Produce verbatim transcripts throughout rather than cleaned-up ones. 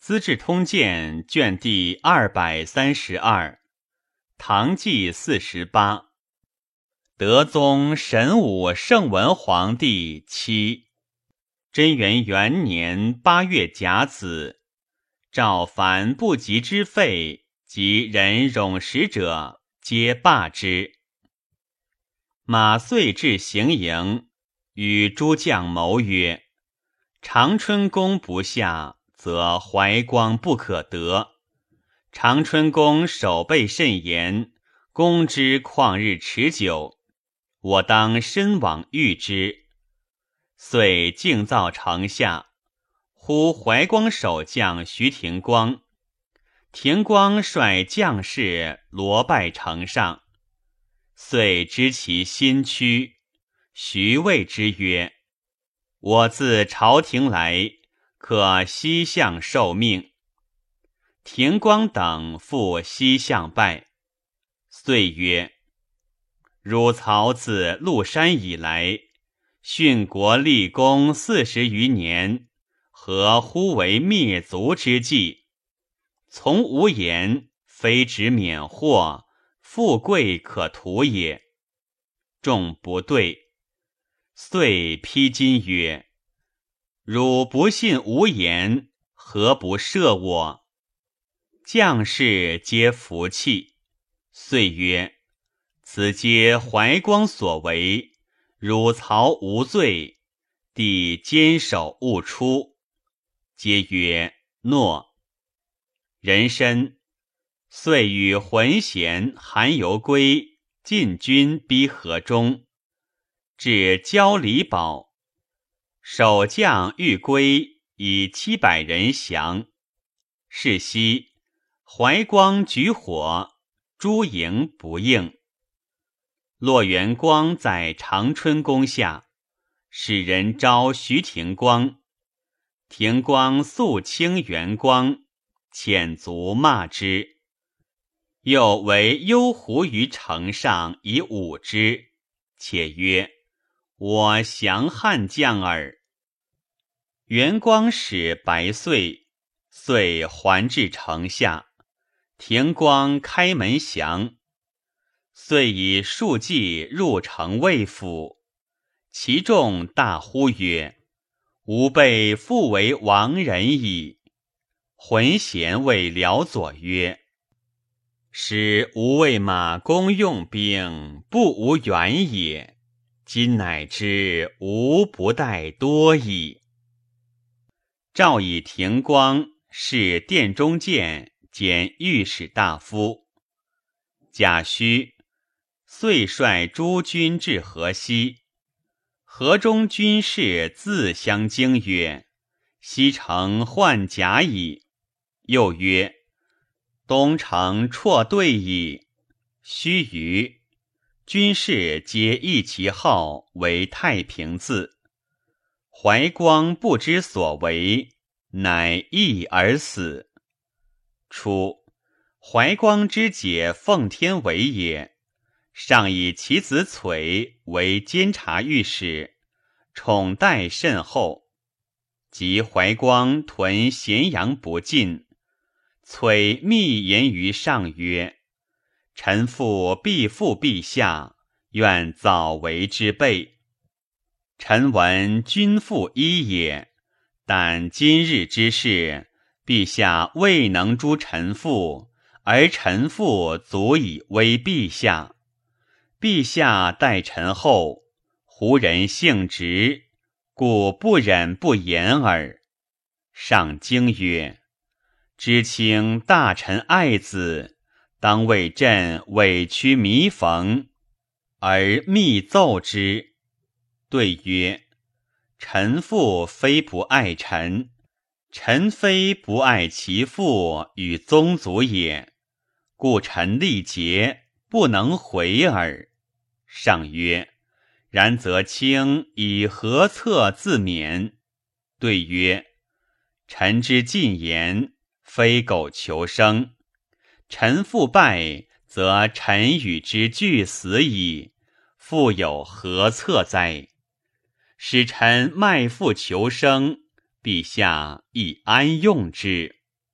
资治通鉴》卷第二百三十二，唐纪四十八。德宗神武圣文皇帝七，贞元元年八月甲子，诏凡不及之废及人冗食者，皆罢之。马遂至行营，与诸将谋曰：长春宫不下，则怀光不可得。长春宫守备甚严，攻之旷日持久，我当深往御之。遂敬造城下，呼怀光守将徐廷光。廷光率将士罗拜城上，遂知其心屈，徐谓之曰：我自朝廷来，可西向受命。廷光等赴西向拜，遂曰：汝曹自陆山以来，殉国立功四十余年，何忽为灭族之计？从无言，非止免祸，富贵可图也。众不对，遂披巾曰：汝不信无言，何不赦我？将士皆服气，遂曰：此皆怀光所为，汝曹无罪，帝坚守勿出。皆曰诺。人参，遂与浑贤韩游归进军逼河中，至交里堡，守将欲归以七百人降。是夕，怀光举火，诸营不应。骆元光在长春宫下，使人招徐廷光。廷光肃清元光，遣卒骂之，又为幽狐于城上以侮之，且曰：我降汉将耳。元光使白遂，遂还至城下，廷光开门降。遂以数骑入城卫府，其众大呼曰：吾辈复为亡人矣。浑贤谓辽左曰：使吾为马公用兵，不无远也，今乃知吾不待多矣。诏以廷光是殿中监兼御史大夫。贾诩遂率诸军至河西，河中军士自相惊曰：西城换甲矣。又曰：东城辍队矣。须臾，军士皆诣其号为太平字。怀光不知所为，乃缢而死。初，怀光之姐奉天为也，上以其子璀为监察御史，宠待甚厚。及怀光屯咸阳不进，璀密言于上曰：臣父必复陛下，愿早为之备。臣闻君父一也，但今日之事，陛下未能诛臣父，而臣父足以威陛下。陛下待臣后，胡人性直，故不忍不言耳。上惊曰：知卿大臣爱子，当为朕委屈弥缝，而密奏之。对曰：臣父非不爱臣，臣非不爱其父与宗族也，故臣力竭，不能回耳。上曰：然则卿以何策自勉？对曰：臣之进言，非苟求生。臣父败，则臣与之俱死矣，复有何策哉？使臣卖腹求生，陛下亦安用之？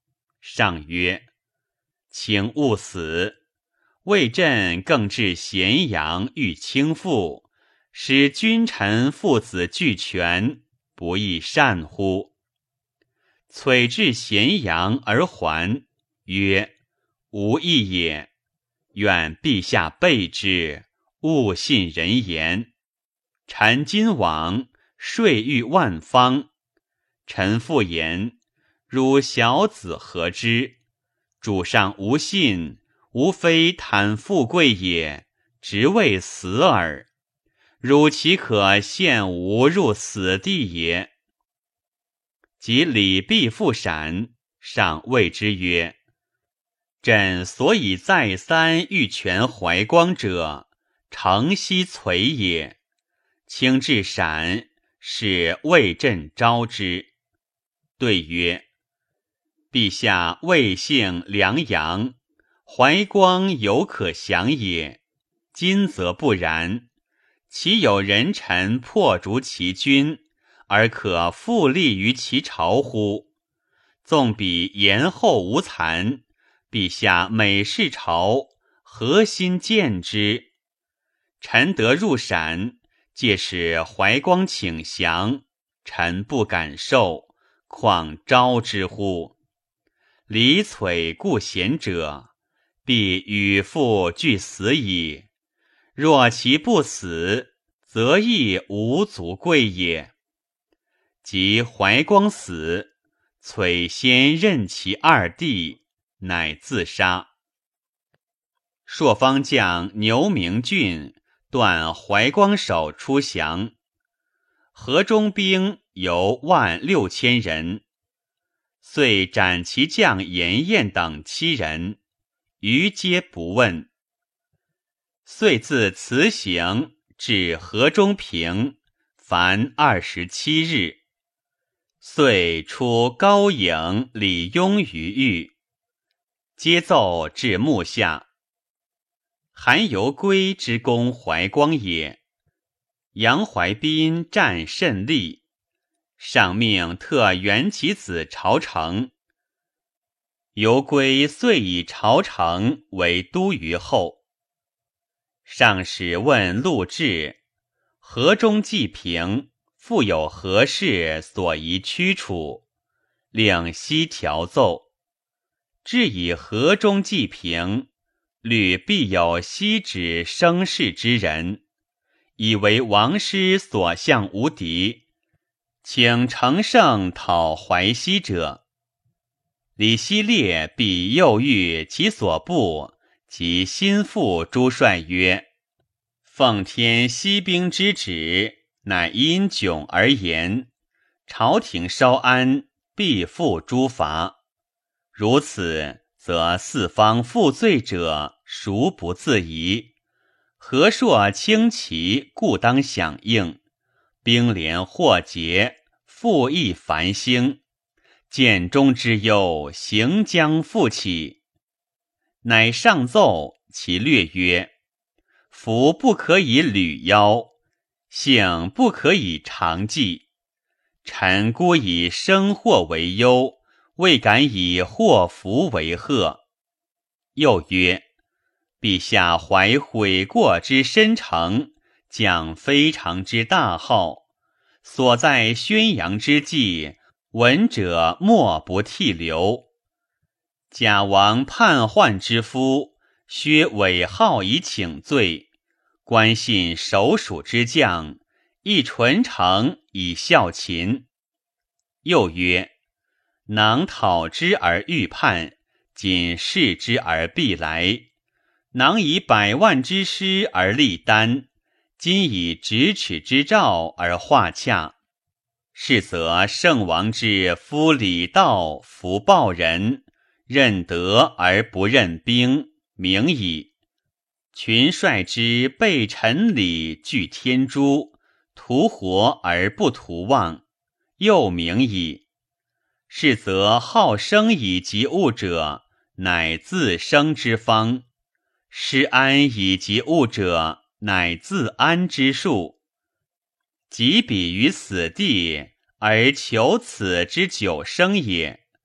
上曰：请勿死，魏朕更至咸阳欲倾覆，使君臣父子俱全，不亦善乎？璀至咸阳而还，曰：无益也，愿陛下备之，勿信人言。臣今往，税欲万方。臣复言：汝小子何之？主上无信，无非贪富贵也，直为死耳。汝岂可陷吾入死地也？及礼毕复闪，上谓之曰：朕所以再三欲全怀光者，诚悉璀也。卿至闪，是为朕招之。对曰：陛下魏姓梁阳，怀光犹可降也，今则不然。岂有人臣破逐其君，而可复立于其朝乎？纵彼延后无残，陛下每事朝，何心见之？臣得入陕，借使怀光请降，臣不敢受，况招之乎？李璀故贤者，必与父俱死矣。若其不死，则亦无足贵也。及怀光死，璀先任其二弟，乃自杀。朔方将牛明俊断怀光手出降，河中兵有万六千人，遂斩其将严彦等七人，余皆不问。遂自辞行至河中平，凡二十七日。遂出高颖、李邕于狱，皆奏至幕下。韩游归之攻怀光也，杨怀宾战甚利，上命特援其子朝成。游归遂以朝成为都虞候。上使问陆贽，河中既平，复有何事所宜驱除，令悉调奏。至以河中既平，虑必有西止生事之人，以为王师所向无敌，请乘胜讨淮西者。李希烈必诱谕其所部及心腹诸帅曰：奉天息兵之旨，乃因窘而言，朝廷稍安，必复诸伐。如此，则四方负罪者，孰不自疑？河朔轻骑，故当响应；兵连祸结，复益繁兴。建中之忧，行将复起。乃上奏其略曰：夫不可以履邀，幸不可以长计。臣孤以生祸为忧，未敢以祸福为贺。又曰：陛下怀悔过之深诚，将非常之大号，所在宣扬之际，闻者莫不涕流。假王叛宦之夫，削伪号以请罪，关信守属之将，亦纯诚以效秦。又曰：囊讨之而欲叛，仅视之而必来。囊以百万之师而立丹，今以咫尺之兆而化洽。是则圣王之夫礼道，服报人，任德而不任兵，明矣。群帅之备臣礼，具天诛，图活而不图望，又明矣。是则好生以及物者，乃自生之方；失安以及物者，乃自安之术。及彼于死地，而求此之久生也，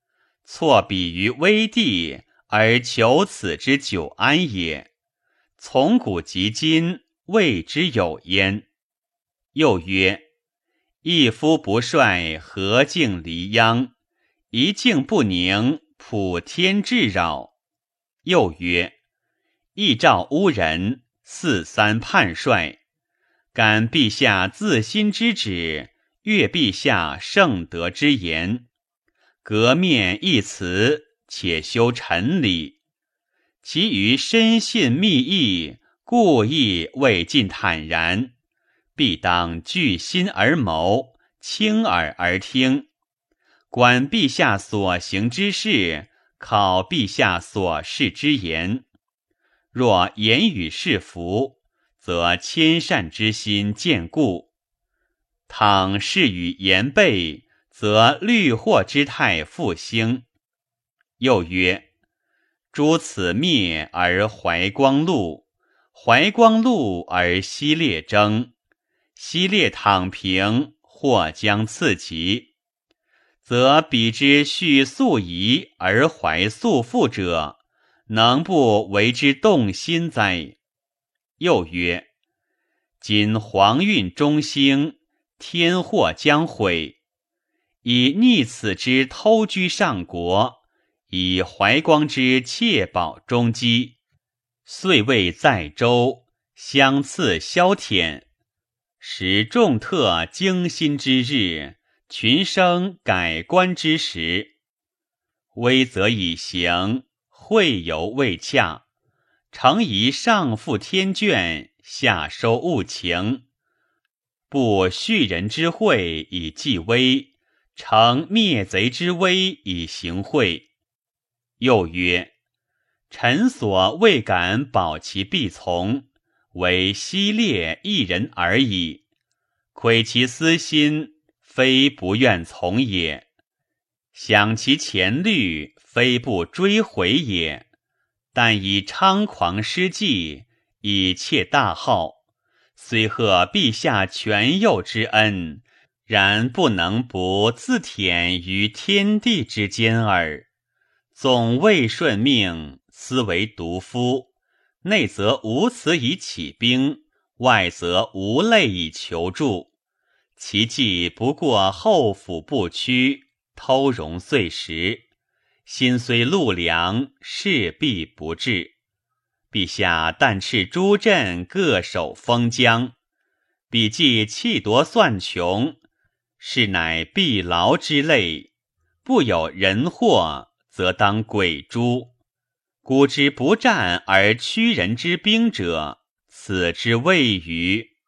错彼于危地而求此之久安也。从古及今，谓之有焉。又曰：一夫不率，何敬离殃？一静不宁，普天至扰。又曰：一赵乌人，四三叛帅。感陛下自心之旨，悦陛下圣德之言，革面一辞，且修臣礼。其余深信密意，故意未尽坦然，必当据心而谋，倾耳而听，观陛下所行之事，考陛下所示之言。若言语是服，则谦善之心渐固；倘事与言悖，则虑祸之态复兴。又曰：诸此灭而怀光禄，怀光禄而西烈争，西烈躺平，或将次及，则彼之蓄素仪而怀素富者，能不为之动心哉？又曰：今黄运中兴，天祸将毁，以逆此之偷居上国，以怀光之窃保中基，遂未在周，相次消舔，时众特惊心之日，群生改观之时。威则以行，会犹未洽，诚宜上复天眷，下收物情，不恤人之惠以济威，成灭贼之威以行惠。又曰：臣所未敢保其必从，唯西烈一人而已，窥其私心，非不愿从也；想其前虑，非不追悔也。但以猖狂失计，以窃大号，虽贺陛下全佑之恩，然不能不自舔于天地之间耳。总未顺命，斯为毒夫，内则无辞以起兵，外则无泪以求助，其计不过后府不屈，偷容碎石，心虽陆良，势必不至。陛下但敕诸镇各守封疆，彼既弃夺算穷，是乃必劳之类，不有人祸，则当鬼诛。古之不战而屈人之兵者，此之谓于。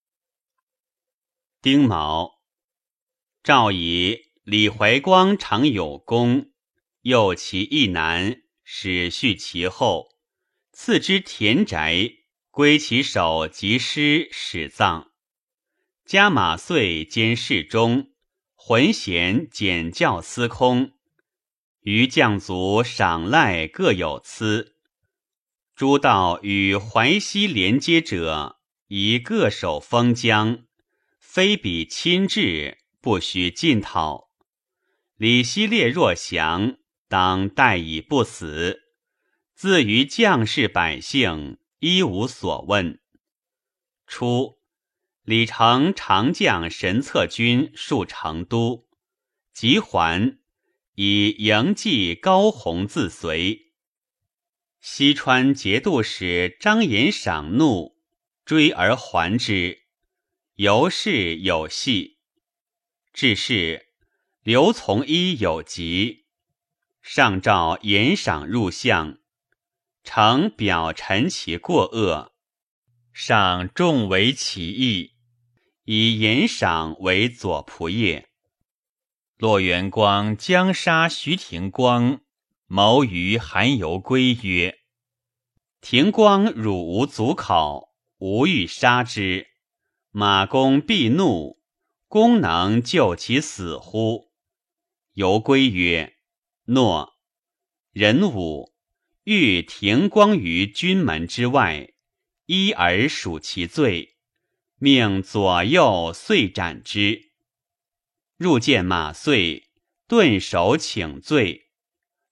丁卯，诏以李怀光常有功，诱其一男，使续其后，赐之田宅，归其首及师始葬。加马遂兼侍中，浑贤检校司空，余将卒赏赖各有司。诸道与淮西连接者，宜各守封疆，非彼亲至，不须进讨。李希烈若降，当待以不死，自于将士百姓，一无所问。初，李成常将神策军戍成都，及还，以营骑高弘自随。西川节度使张延赏怒，追而还之，由是有隙。至是，刘从一有疾，上诏延赏入相，诚表陈其过恶，上重为其意，以延赏为左仆射。骆元光将杀徐廷光，谋于韩游归曰：廷光汝无足考，吾欲杀之，马公必怒，公能救其死乎？游归曰：诺。壬午，欲廷光于军门之外，一而数其罪，命左右遂斩之。入见马遂，顿首请罪，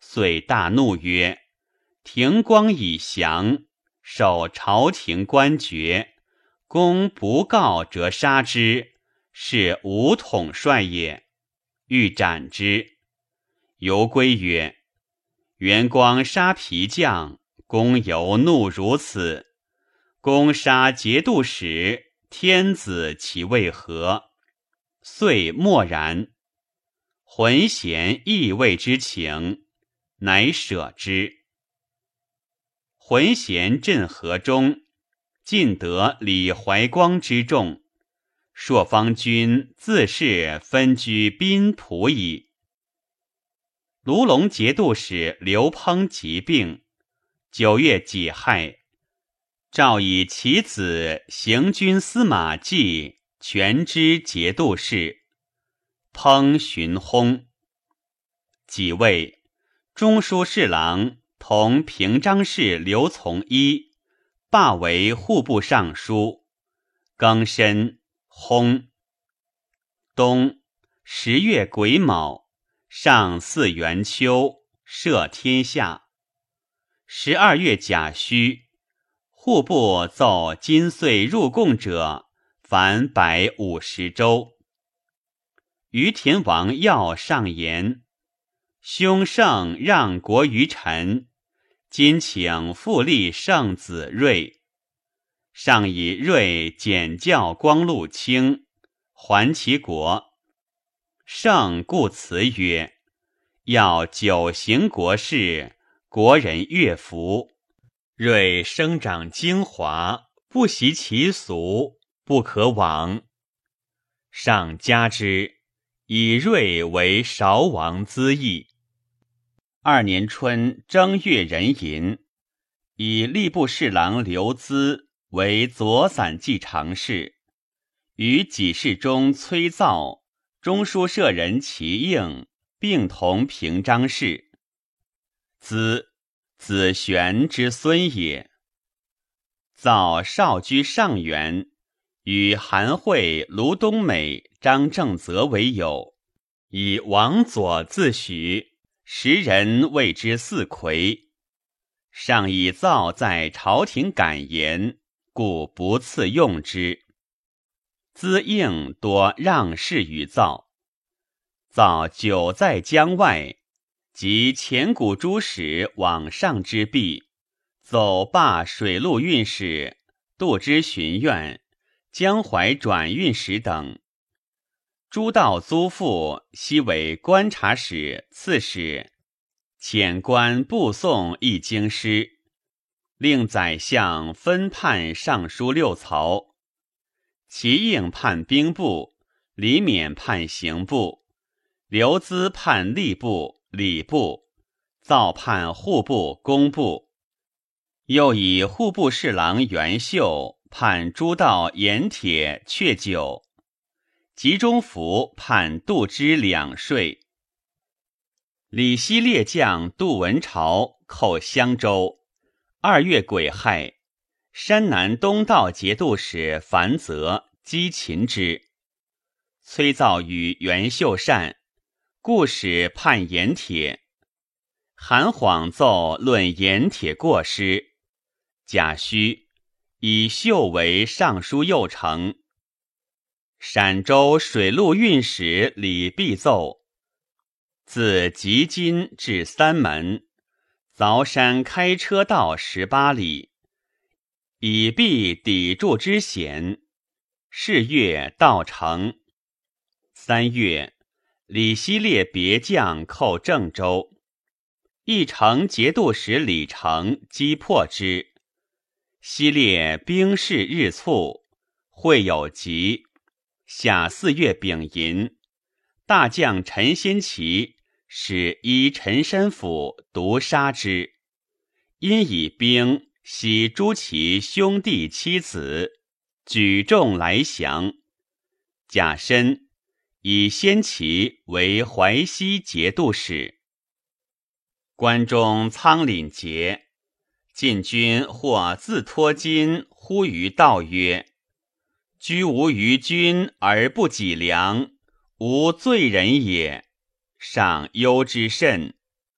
遂大怒曰：庭光已降，受朝廷官爵，公不告则杀之，是武统帅也，欲斩之。游归曰：元光杀皮将，公犹怒如此。公杀节度使，天子其为何？遂默然。浑咸意味之情，乃舍之。浑咸镇河中，尽得李怀光之众，朔方军自是分居宾仆矣。卢龙节度使刘烹疾病，九月己亥，诏以其子行军司马纪全知节度使。烹寻薨。己未，中书侍郎同平章事刘从一罢为户部尚书。庚申，薨。冬十月癸卯，上巳元秋，赦天下。十二月甲戌，户部奏今岁入贡者凡百五十州。于田王耀上言：兄圣让国于臣，今请复立圣子睿。上以睿简教光禄卿，还其国。圣故辞曰：要久行国事，国人悦服。睿生长精华，不习其俗，不可往。上加之，以睿为韶王资议。二年春正月壬寅，以吏部侍郎刘资为左散骑常侍，与给事中崔造、中书舍人齐应并同平章事。资，子玄之孙也。造少居上元，与韩会、卢东美、张正则为友，以王佐自诩，时人谓之四魁。上以造在朝廷感言，故不赐用之。资应多让事于造。造久在江外，及前古诸使往上之弊，走罢水陆运使、度支巡院、江淮转运使等。诸道租赋悉为观察使、刺史，遣官布送一京师，令宰相分判尚书六曹。齐应判兵部，李勉判刑部，刘资判吏部、礼部，造判户部、工部。又以户部侍郎袁秀判诸道盐铁阙酒，集中府判度支两税。李希烈将杜文朝寇襄州，二月癸亥，山南东道节度使樊泽击秦之。崔造与袁秀善，故使判盐铁。韩晃奏论盐铁过失。甲戌，以秀为尚书右丞。陕州水陆运使李必奏：自吉金至三门，凿山开车道十八里，以避砥柱之险。是月道成。三月，李希烈别将寇郑州，义城节度使李成击破之。希烈兵势日促，会有急。夏四月丙寅，大将陈先奇使依陈山府毒杀之，因以兵袭诛其兄弟妻子，举众来降。甲申，以先奇为淮西节度使。关中仓廪节，晋军或自托金呼于道曰：居无于君而不己粮，无罪人也。上忧之甚。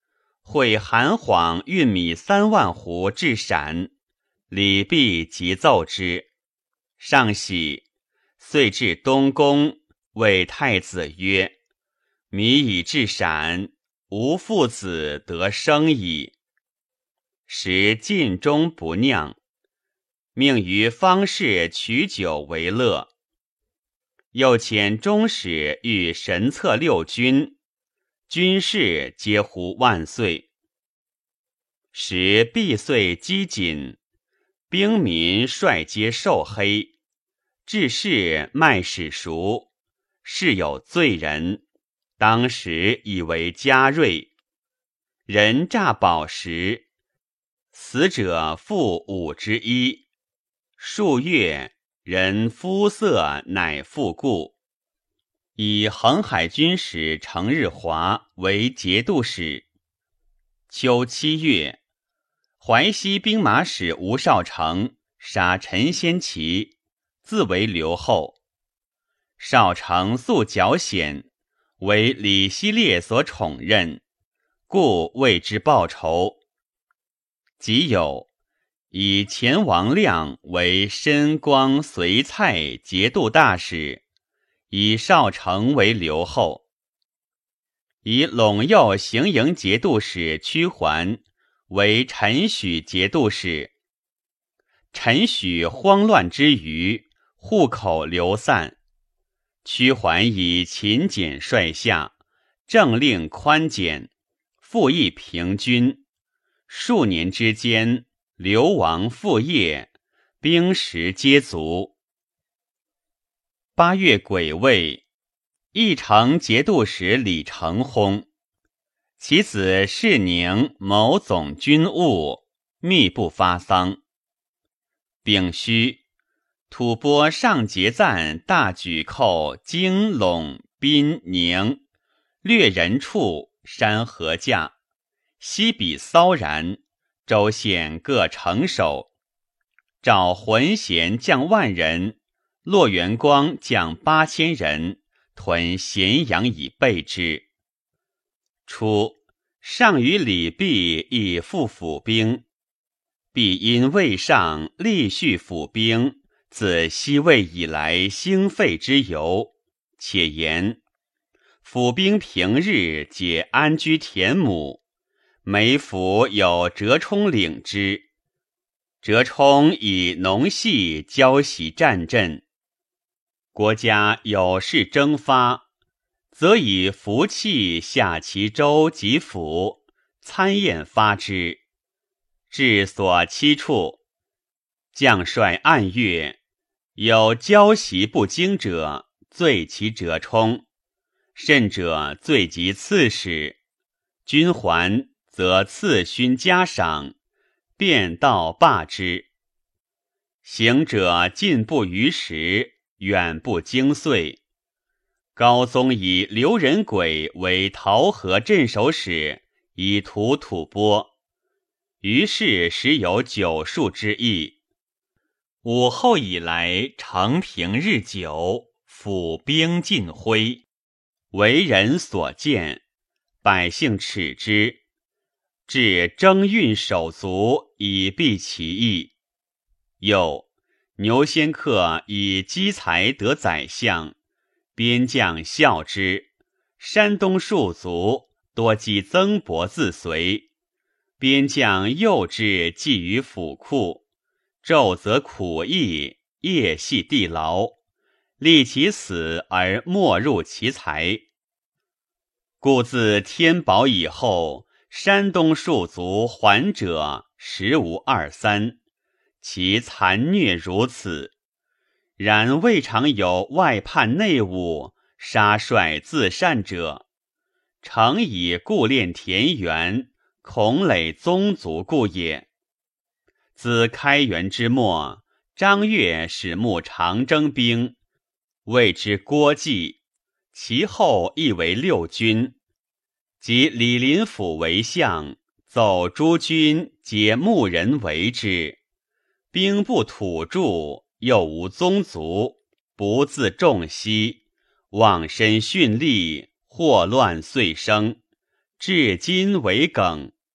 会韩晃运米三万斛至陕，李泌即奏之，上喜，遂至东宫，谓太子曰：米已至陕，吾父子得生矣。时晋中不酿，命于方士取酒为乐。又遣中使御神策六军，军士皆呼万岁。时币岁饥馑，兵民率皆瘦黑，致士卖使熟，是有罪人，当时以为嘉瑞。人诈宝石，死者负五之一，数月人肤色乃复故。以恒海军使程日华为节度使。秋七月，淮西兵马使吴少成杀陈先奇，自为留后。少成素矫险，为李希烈所宠任，故为之报仇。即有以前王亮为申光随蔡节度大使，以少成为留后。以陇右行营节度使屈桓为陈许节度使。陈许慌乱之余，户口流散，屈桓以勤俭率下，政令宽简，赋役平均，数年之间，流亡复业，兵食皆足。八月癸未，义城节度使李成薨，其子士宁谋总军务，密不发丧。丙戌，吐蕃上节赞大举寇京陇滨宁，掠人畜，山河架，西比骚然，州县各城守。召浑咸将万人，骆元光将八千人，屯咸阳以备之。初，上与李泌亦复府兵，必因魏上力恤府兵，自西魏以来兴废之由，且言府兵平日皆安居田亩，每府有折冲领之。折冲以农系交习战阵，国家有事征发，则以服器下其州及府，参宴发之。至所期处，将帅按阅，有交习不精者，罪其折冲，甚者罪及刺史，军还则赐勋加赏，便道罢之。行者进不于时，远不经岁。高宗以刘仁轨为桃河镇守使，以图吐蕃，于是时有九数之意。武后以来，承平日久，府兵尽灰，为人所见，百姓耻之，至征运手足，以避其意。又牛仙客以积财得宰相，边将效之，山东戍卒多积曾伯自随，边将诱之寄于府库，昼则苦役，夜系地牢，立其死而没入其财。故自天宝以后，山东戍卒还者实无二三，其残虐如此。然未尝有外叛内侮，杀率自擅者，诚以故恋田园，恐累宗族故也。自开元之末，张悦始募长征兵，谓之郭济，其后亦为六军。及李林甫为相，奏诸军皆募人为之。兵不土著，又无宗族，不自重息，妄身训力，祸乱遂生，至今为梗。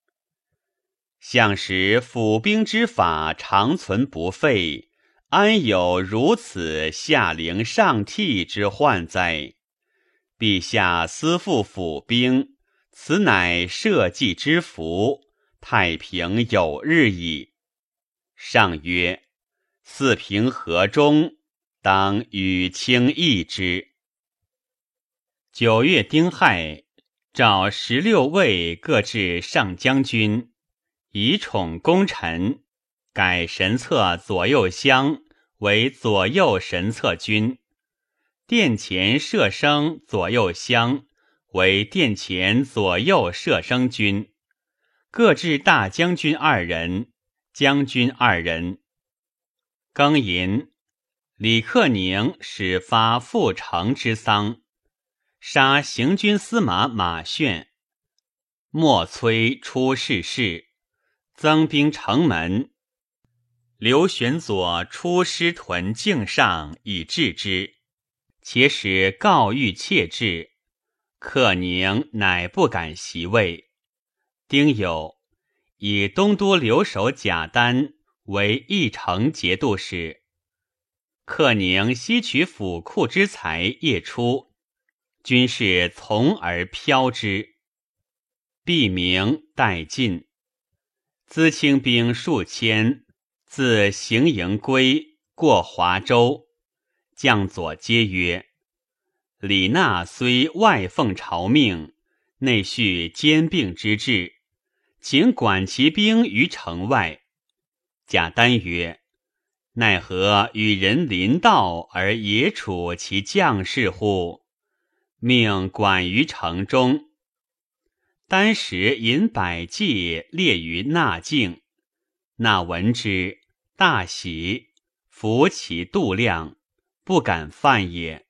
向使府兵之法长存不废，安有如此下凌上替之患哉？陛下思复府兵，此乃社稷之福，太平有日矣。上曰：四平河中，当与卿议之。九月丁亥，召十六位各至上将军，以宠功臣，改神策左右乡为左右神策军，殿前射生左右乡为殿前左右射生军，各置大将军二人，将军二人。庚寅，李克宁始发复城之丧，杀行军司马马炫，莫催出仕事，增兵城门。刘玄佐出师屯境上以制之，且使告谕切至，克宁乃不敢袭位。丁酉，以东都留守贾丹为义城节度使。克宁吸取府库之财夜出，军士从而飘之。毕明殆尽，资清兵数千，自行营归，过华州。将佐皆曰：李纳虽外奉朝命，内蓄兼并之志，请管其兵于城外。贾丹曰：奈何与人邻道而野处其将士乎？命管于城中。丹时引百骑列于纳境，纳闻之，大喜，服其度量，不敢犯也。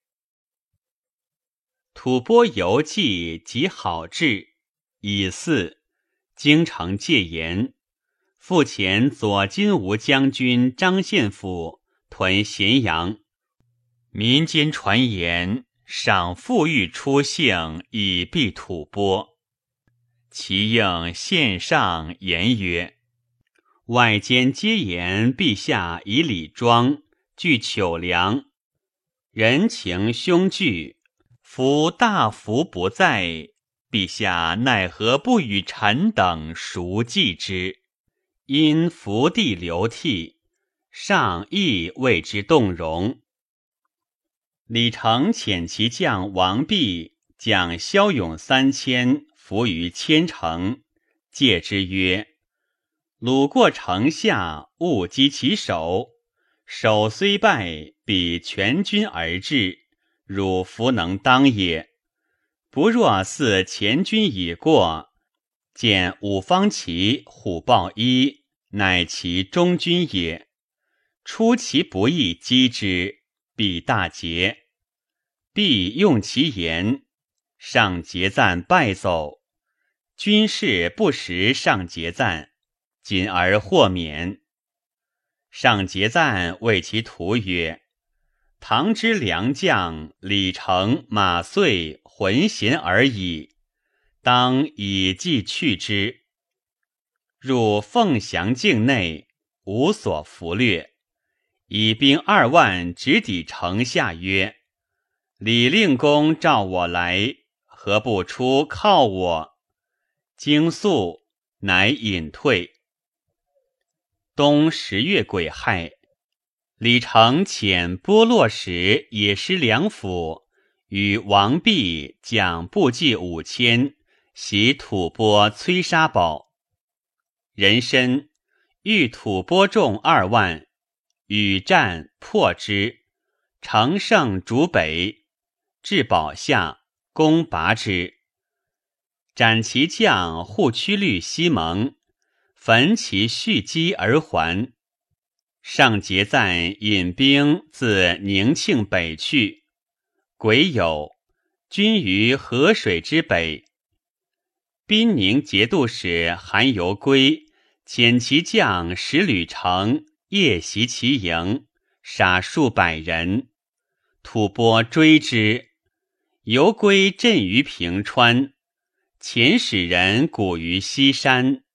吐蕃游记及好志，以四，京城戒严。复前左金吾将军张献甫屯咸阳，民间传言赏富裕出幸以避吐蕃。其应献上言曰：外间皆言陛下以礼庄，具糗粮，人情凶惧，夫大福不在，陛下奈何不与臣等熟记之？因福地流涕，上亦为之动容。李成遣其将王弼将骁勇三千伏于千城，戒之曰：虏过城下，勿击其首，首虽败，彼全军而至，汝弗能当也。不若似前军已过，见五方旗虎豹一，乃其中军也。出其不意击之，必大捷。必用其言，上节赞败走。军士不识上节赞，谨而获免。上节赞谓其徒曰：唐之良将，李成、马遂浑咸而已，当以计去之。入凤翔境内，无所俘掠，以兵二万直抵城下曰：李令公召我来，何不出犒我？惊肃，乃隐退。冬十月癸亥，李成遣波洛使野师梁府与王弼将部骑五千，袭吐蕃崔沙堡。人参遇吐蕃众二万，与战破之，乘胜逐北，至堡下，攻拔之，斩其将护区律西蒙，焚其蓄积而还。上节赞引兵自宁庆北去。癸酉，军于河水之北。滨宁节度使韩游归遣其将使吕成夜袭其营，杀数百人。吐蕃追之，游归阵于平川，遣使人鼓于西山，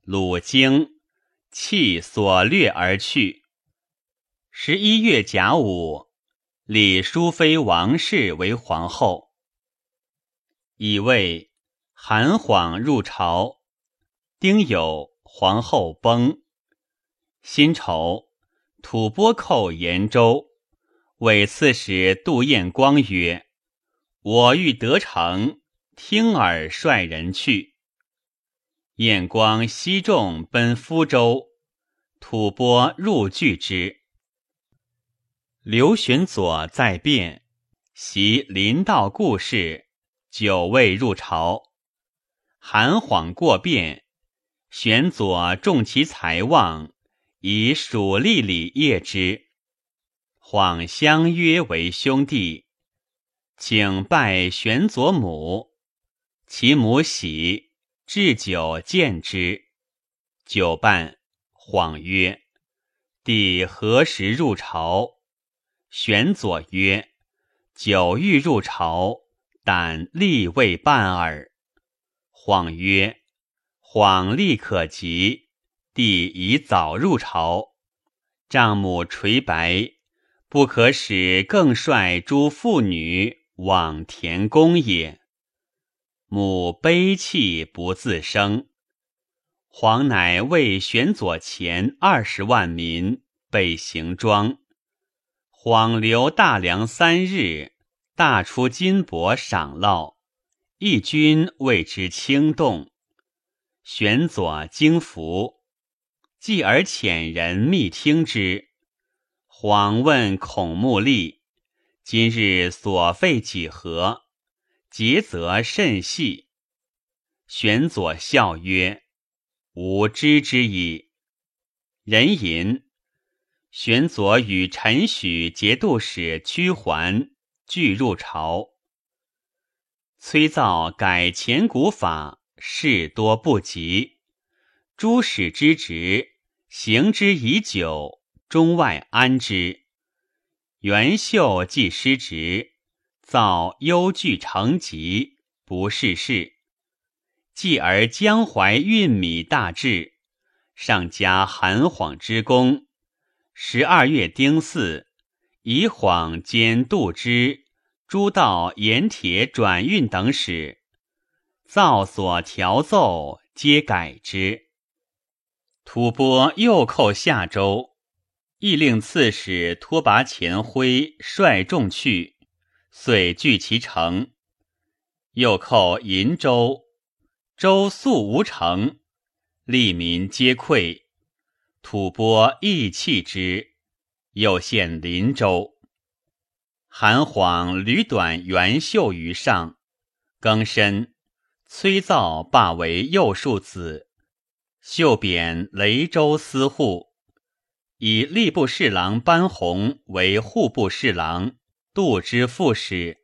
鲁京，弃所掠而去。十一月甲午，立淑妃王氏为皇后。乙未，韩晃入朝。丁酉，皇后崩。辛丑，吐蕃寇延州。伪刺史杜彦光曰：我欲得城，听尔率人去。彦光西众奔夫州，吐蕃入拒之。刘玄佐在汴，袭临道故事，久未入朝。韩晃过汴，玄佐重其才望，以蜀吏礼谒之。晃相约为兄弟，请拜玄佐母。其母喜，置酒见之。酒半，晃曰：弟何时入朝？玄佐曰：久欲入朝，但力未半耳。晃曰：晃力可及，弟已早入朝。丈母垂白，不可使更率诸妇女往田宫也。母悲泣不自生。晃乃为玄佐前二十万民备行装。晃留大梁三日，大出金帛赏烙，义军为之轻动。玄佐惊服，继而遣人密听之。晃问孔目利，今日所费几何？节则甚细。玄佐笑曰：吾知之矣。人吟。玄佐与陈许节度使屈桓俱入朝。崔造改前古法，事多不及。诸使之职，行之已久，中外安之。袁秀既失职，造忧惧成疾，不事事。继而江淮运米大治，上加韩晃之功。十二月丁巳，以晃兼度支、诸道盐铁转运等使，造所调奏，皆改之。吐蕃又寇夏州，亦令刺史托拔前辉率众去，遂据其城。又寇银州，州素无城，吏民皆溃。吐蕃亦弃之，又陷临州。韩晃履短袁秀于上，庚申，崔造罢为右庶子，秀贬雷州司户，以吏部侍郎班弘为户部侍郎、度支副使。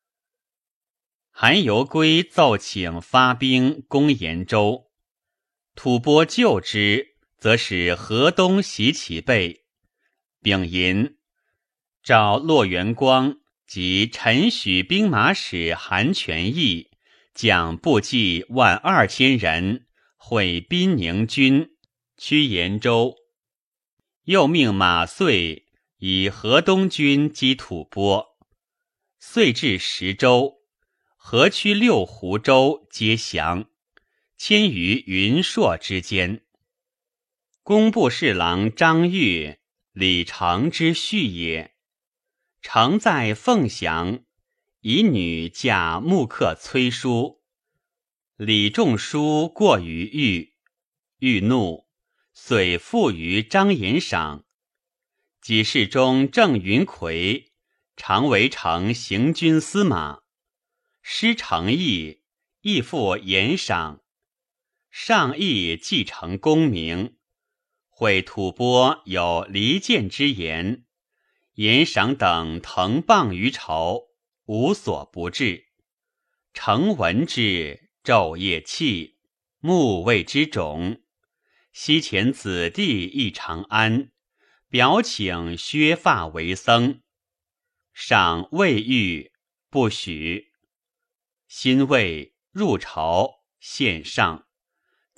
韩游归奏请发兵攻延州，吐蕃救之，则使河东袭其背。丙寅，召骆元光及陈许兵马使韩全义，将部骑万二千人，会滨宁军，趋延州。又命马遂以河东军击吐蕃。遂至十州，河曲六湖州皆降，迁于云朔之间。工部侍郎张悦，李成之婿也。成在凤翔，以女嫁木客崔叔。李仲舒过于豫，豫怒，遂附于张延赏。己世中郑云魁常为丞行军司马，师承义，亦复延赏。上义继承功名，会吐蕃有离间之言，延赏等腾谤于朝，无所不至。承闻之，昼夜泣，目为之肿。西前子弟亦长安，表请削发为僧。上未遇，不许。辛未，入朝献上，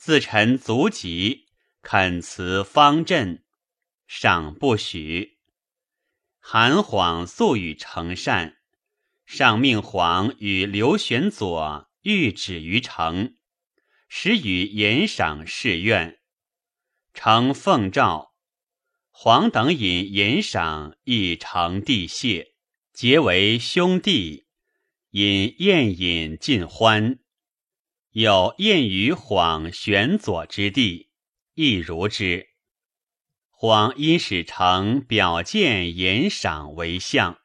自陈足疾，恳辞方阵，上不许。韩晃素与成善，上命晃与刘玄佐谕旨于城，使与言赏示愿。承奉诏，黄等引言赏亦承帝谢，结为兄弟，引宴饮尽欢。有宴于晃玄佐之地，亦如之。晃因使成表见言赏为相。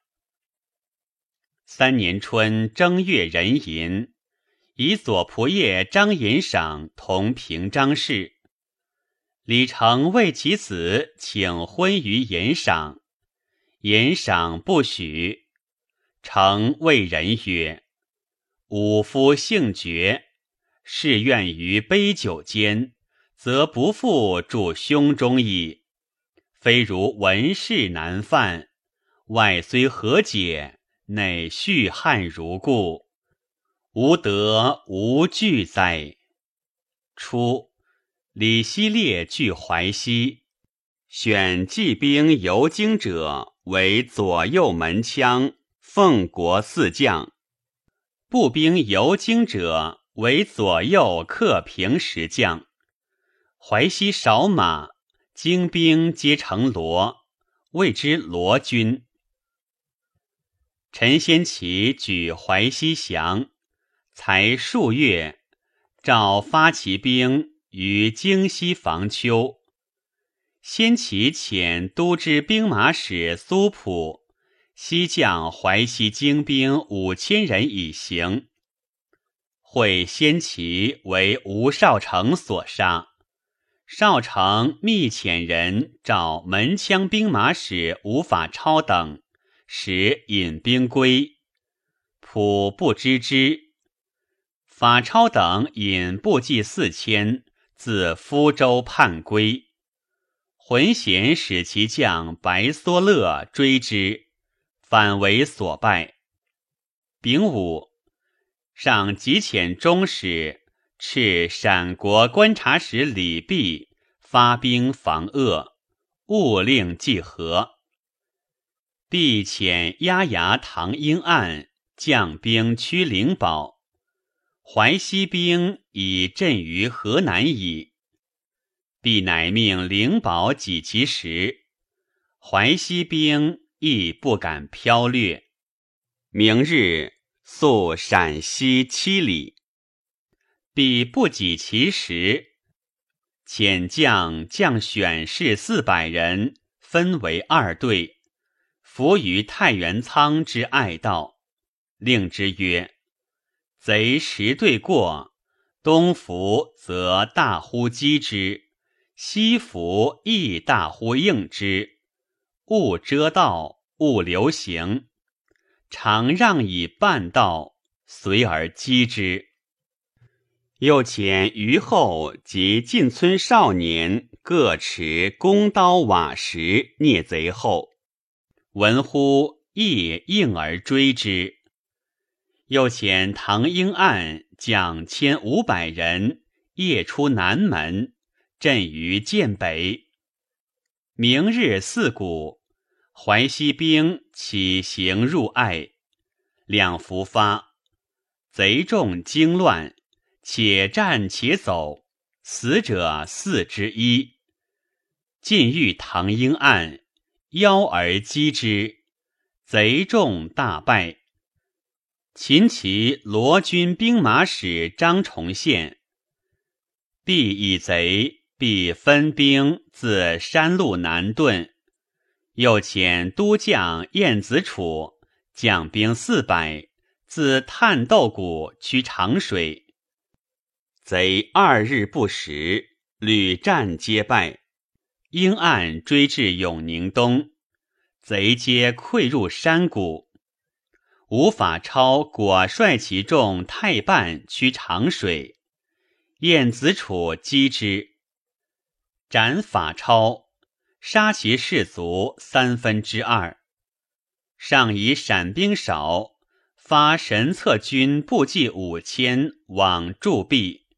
三年春正月壬寅，以左仆射张言赏同平章事。李成为其子请婚于言赏，言赏不许。成谓人曰：吾夫性绝，誓愿于杯酒间，则不复助胸中矣。非如文士难犯，外虽和解，内续汉如故，吾得无惧哉。初，李希烈据淮西，选骑兵游京者为左右门枪，奉国四将；步兵游京者为左右克平十将。淮西少马，精兵皆成罗，谓之罗军。陈先奇举淮西降，才数月，诏发骑兵于京西防丘。先奇遣都知兵马使苏普西将淮西精兵五千人以行，会先奇为吴少成所杀。少成密遣人召门枪兵马使吴法超等，使引兵归。普不知之。法超等引部骑四千，自福州叛归。浑咸使其将白梭勒追之，反为所败。丙午，上即遣中使敕陕国观察使李弼发兵防鄂，勿令计和。弼遣押牙唐英案将兵驱灵宝，淮西兵已阵于河南矣。弼乃命灵宝给其时，淮西兵亦不敢飘掠。明日宿陕西七里。必不给其时，遣将将选士四百人，分为二队，伏于太原仓之隘道，令之曰：贼十队过，东伏则大呼击之，西伏亦大呼应之，勿遮道，勿留行，常让以半道，随而击之。又遣虞后及进村少年各持弓刀瓦石蹑贼后，闻乎亦应而追之。又遣唐英案将千五百人夜出南门，阵于涧北。明日四鼓，淮西兵起行入隘，两伏发，贼众惊乱，且战且走，死者四之一。进遇唐英案，邀而击之，贼众大败。秦骑罗军兵马使张崇献，必以贼，必分兵自山路南遁。又遣都将晏子楚将兵四百，自探斗谷驱长水。贼二日不食，屡战皆败。英案追至永宁东，贼皆溃入山谷。吴法超果率其众太半驱长水，晏子楚击之，斩法超，杀其士卒三分之二。上以闪兵少，发神策军部骑五千往驻壁，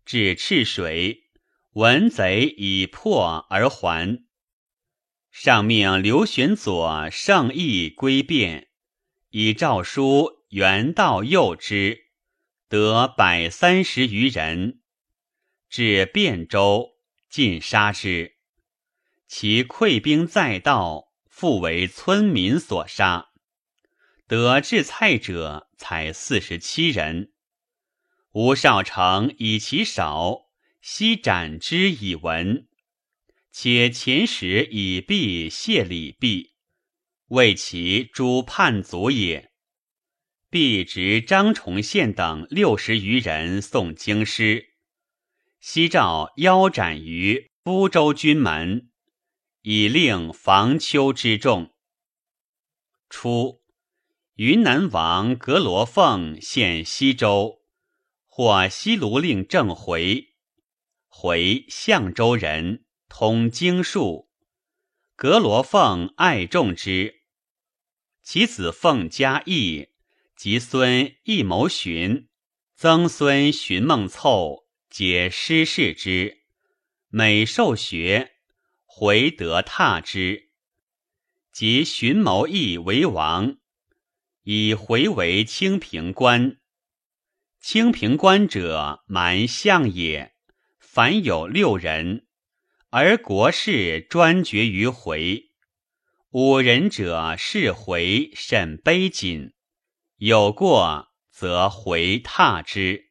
至赤水，闻贼已破而还。上命刘玄佐圣意归便，以诏书原道诱之，得百三十余人。至汴州，尽杀之。其溃兵在道，复为村民所杀。得制菜者才四十七人。吴少成以其少，悉斩之以闻。且前时以弊谢礼毕，谓其诸叛族也。毕执张崇宪等六十余人送京师，西诏腰斩于夫州军门，以令防丘之众。初，云南王阁罗凤献西州，或西卢令郑回，回象州人，通经术。阁罗凤爱重之，其子凤嘉义及孙义谋荀、曾孙荀孟凑皆师事之，每受学，回得踏之。及荀谋义为王，以回为清平官。清平官者蛮相也，凡有六人，而国事专决于回。五人者是回甚卑谨，有过则回踏之。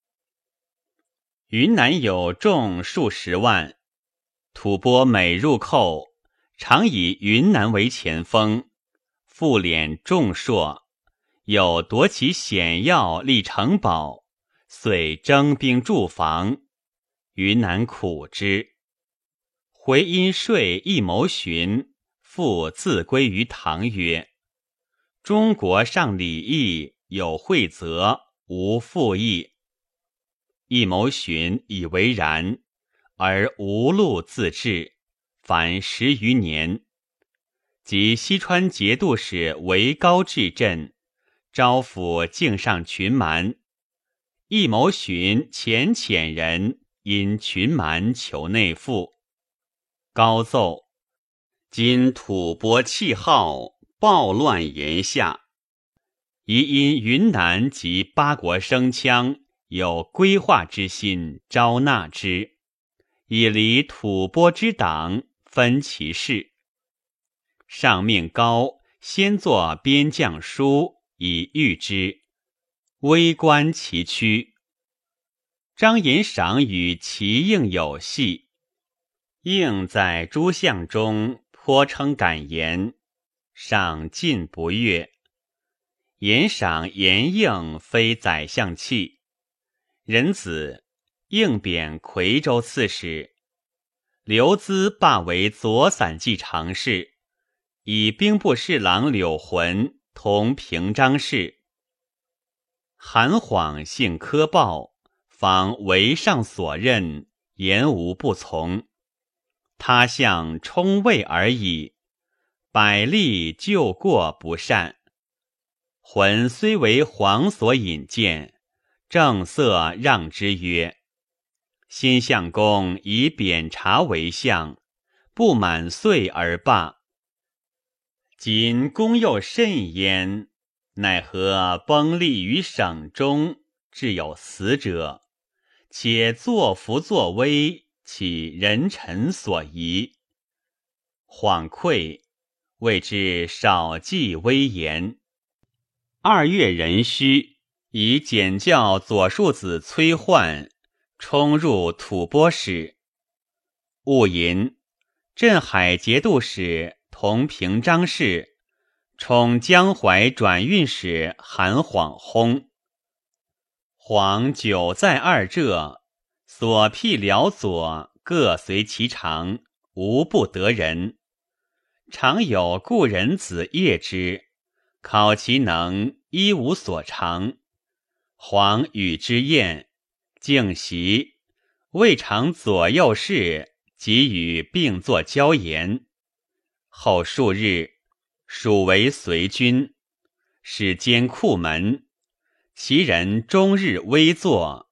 云南有众数十万，吐蕃每入寇，常以云南为前锋，复敛众硕，有夺其险要立城堡，遂征兵驻防，云南苦之。回因说义谋荀，复自归于唐曰：中国上礼义，有惠泽，无复义。义谋荀以为然，而无路自治，凡十余年。及西川节度使韦高至镇，招抚境上群蛮。义谋荀遣遣人因群蛮求内附。高奏：今吐蕃气号，暴乱炎夏，宜因云南及八国生羌有规划之心，招纳之，以离吐蕃之党，分其事。上命高先作边将书以谕之，微观其躯。张延赏与其应有隙，应在诸相中颇称感言，上尽不悦。延赏言应非宰相器，仁子应贬夔州刺史，刘资罢为左散骑常侍，以兵部侍郎柳浑同平章事。韩晃性苛暴，方为上所任，言无不从。他相冲位而已，百例救过不善。浑虽为皇所引荐，正色让之曰：新相公以贬察为相，不满岁而罢。今公又甚焉，奈何崩立于省中，至有死者？且作福作威，岂人臣所宜？恍愧，谓之少忌威严。二月壬戌，以简教左庶子崔焕冲入吐蕃使。戊寅，镇海节度使同平章事，充江淮转运使韩晃薨。晃久在二浙，所辟辽左各随其长，无不得人。常有故人子业之，考其能，一无所长。晃与之宴，敬席，未尝左右事，即与并作交言。后数日，属为随军，使监库门，其人终日微坐，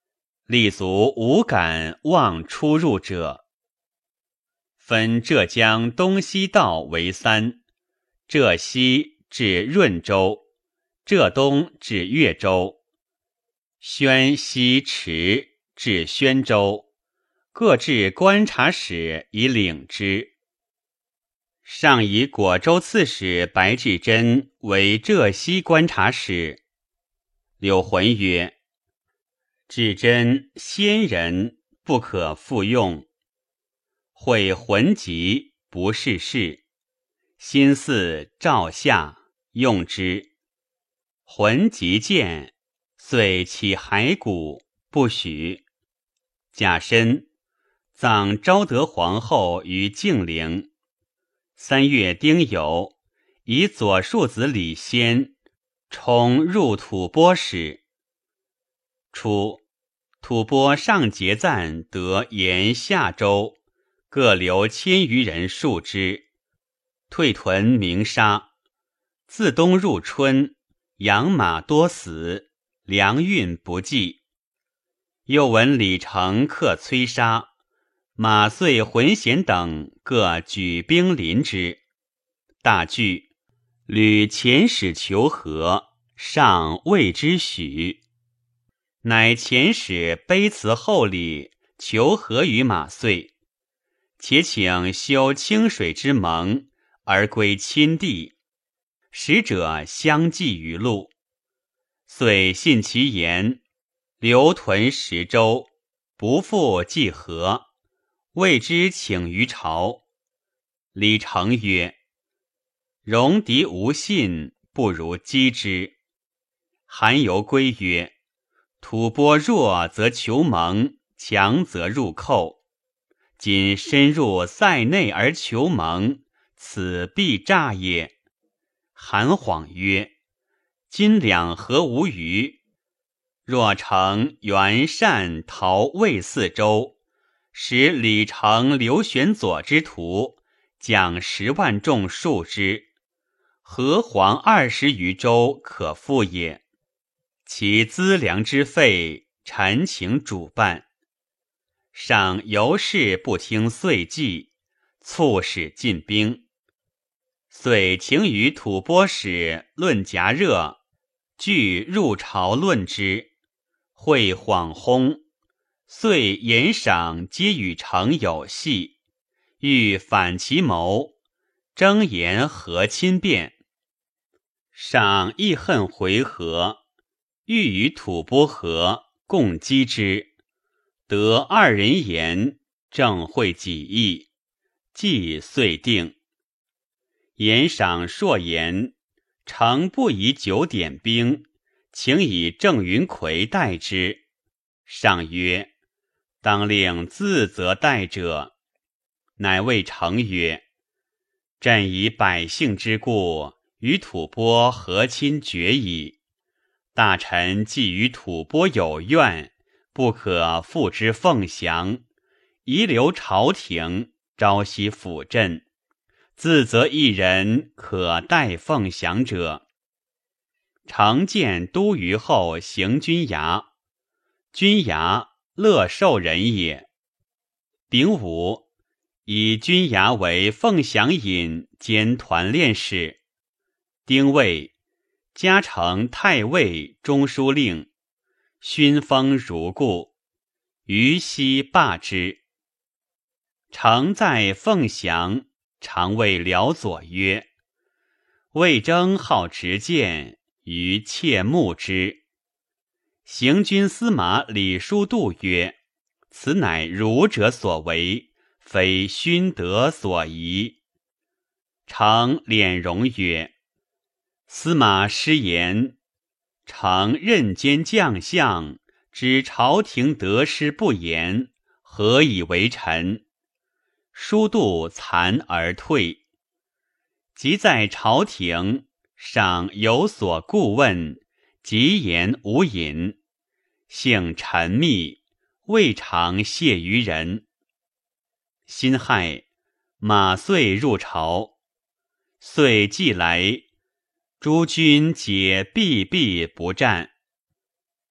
立足无敢望出入者。分浙江东西道为三，浙西至润州，浙东至越州，宣西池至宣州，各置观察使以领之。上以果州刺史白志贞为浙西观察使。柳浑曰：志贞先人，不可复用。会浑疾，不是事，心似赵夏，用之。浑疾见，遂起骸骨，不许。甲申，葬昭德皇后于静陵。三月丁酉，以左庶子李先充入吐蕃使。初，吐蕃上节赞得沿下州，各留千余人戍之，退屯鸣沙。自冬入春，养马多死，粮运不济。又闻李成克崔沙，马遂浑咸等各举兵临之，大惧，屡遣使求和，上未之许。乃遣使卑辞厚礼，求和于马遂，且请修清水之盟，而归亲地。使者相继于路，遂信其言，留屯十州，不复计和，谓之请于朝。李成曰：戎狄无信，不如击之。韩游归曰：吐蕃弱则求盟，强则入寇。今深入塞内而求盟，此必诈也。韩恍曰：今两河无虞，若乘袁善逃魏四州，使李成刘玄佐之徒将十万众戍之，何黄二十余州可复也。其资粮之费，臣请主办。上由是不听遂计，促使进兵。遂请与吐蕃使论夹热，俱入朝论之，会恍轰，遂言赏皆与成有隙，欲反其谋，争言和亲变。上亦恨回纥，欲与吐蕃和，共击之，得二人言，正会己意，计遂定。言赏硕言，诚不宜久点兵，请以郑云魁代之。上曰：当令自责代者。乃谓成曰：朕以百姓之故，与吐蕃和亲绝矣。大臣既与吐蕃有怨，不可复之凤翔，遗留朝廷，朝夕辅朕。自责一人可代凤翔者。常见都虞后行军衙，军衙乐寿人也。丙午，以军衙为凤翔尹兼团练使。丁未，加成太尉、中书令，勋封如故，于西罢之。常在凤翔，常谓辽左曰：魏征好执剑，于切慕之。行军司马李叔度曰：此乃儒者所为，非勋德所宜。常敛容曰：司马失言，常任兼将相，知朝廷得失不言，何以为臣？叔度惭而退。即在朝廷，上有所顾问，极言无隐，性沉密，未尝泄于人。辛亥，马遂入朝。遂既来，诸军皆避避不战。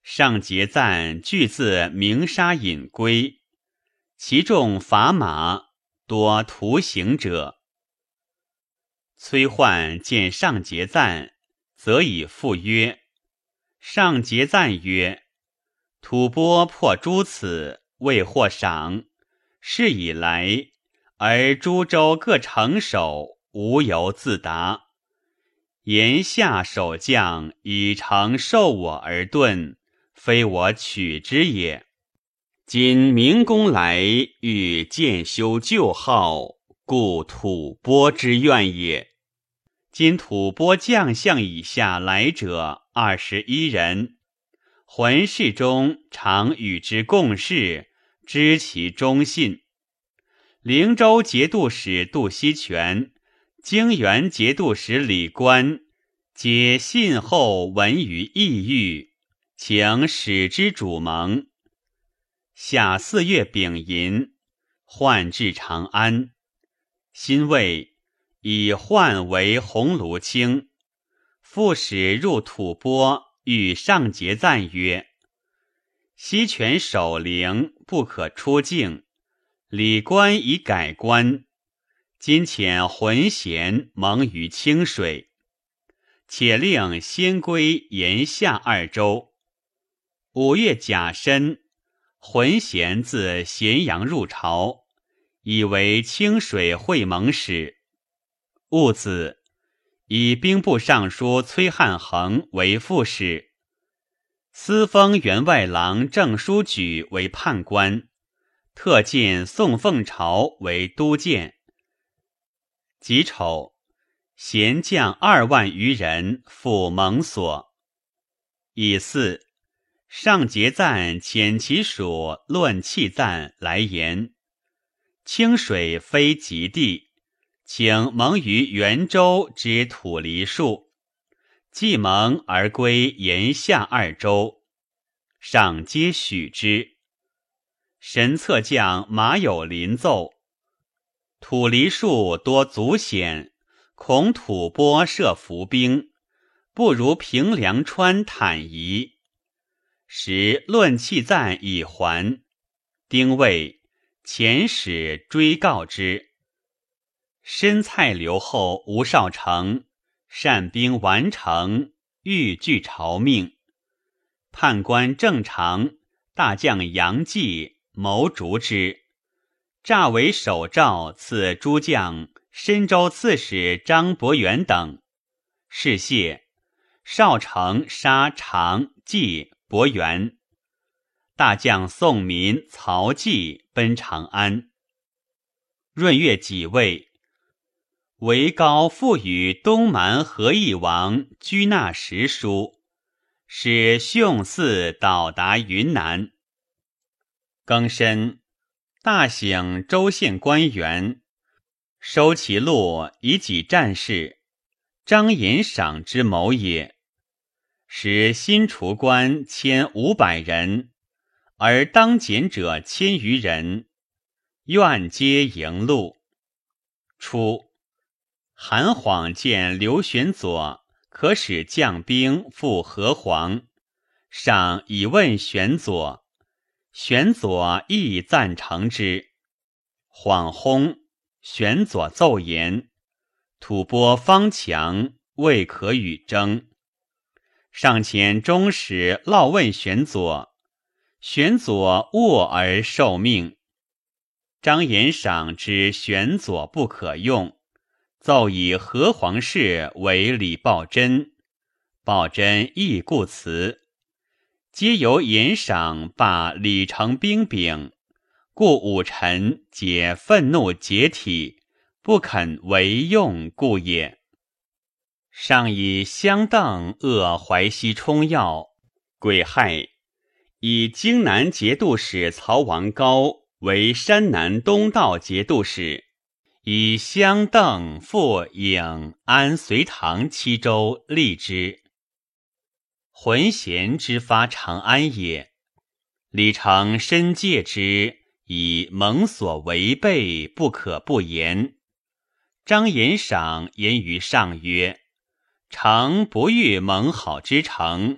上节赞俱自鸣沙引归，其众伐马，多徒行者。崔焕见上节赞，则以复曰：上节赞曰：吐蕃破诸此，未获赏，是以来，而诸州各城守，无由自达。言下守将以诚受我而遁，非我取之也。今明公来，欲渐修旧号，故吐蕃之怨也。今吐蕃将相以下来者二十一人，浑氏中常与之共事，知其忠信。灵州节度使杜锡全、泾原节度使李观，皆信后闻于异域，请使之主盟。夏四月丙寅，宦至长安。辛未，以宦为鸿胪卿。副使入吐蕃，与上节赞曰：西泉守陵，不可出境。李观以改官，今遣浑咸盟于清水，且令先归延夏二州。五月甲申，浑咸自咸阳入朝，以为清水会盟使。戊子，以兵部尚书崔汉衡为副使，司封员外郎郑书举为判官，特进宋凤朝为都监。己丑，贤将二万余人赴蒙所。乙巳，上节赞遣其属论契赞来言：清水非极地，请盟于元州之土梨树，既盟而归延夏二州，上皆许之。神策将马有临奏：土梨树多足险，恐吐蕃设伏兵，不如平凉川坦夷。时论契赞已还，丁未，遣使追告之。申蔡留后吴少成善兵完成，欲拒朝命。判官郑常、大将杨继谋逐之，诈为守诏赐诸将深州刺史张伯元等。是谢，少成杀常、纪、伯元。大将宋民、曹纪奔长安。闰月己未，韦高复与东蛮和义王居纳时书，使凶嗣导达云南。庚申，大省州县官员，收其禄以给战士，张延赏之谋也。使新除官千五百人，而当检者千余人，愿皆迎禄。初，韩晃见刘玄佐可使将兵赴河黄，上以问玄佐，玄佐亦赞成之。晃薨，玄佐奏言：吐蕃方强，未可与争。上遣中使烙问玄佐，玄佐卧而受命。张延赏知玄佐不可用，奏以河黄氏为李抱真，抱真亦故辞，皆由延赏罢李成兵柄，故武臣皆愤怒解体，不肯为用故也。上以相邓扼淮西冲要，癸亥，以荆南节度使曹王高为山南东道节度使，以相邓、复颍、安、隋唐七州立之。浑咸之发长安也，李成深戒之，以蒙所违背，不可不言。张延赏言于上曰：诚不欲盟好之诚，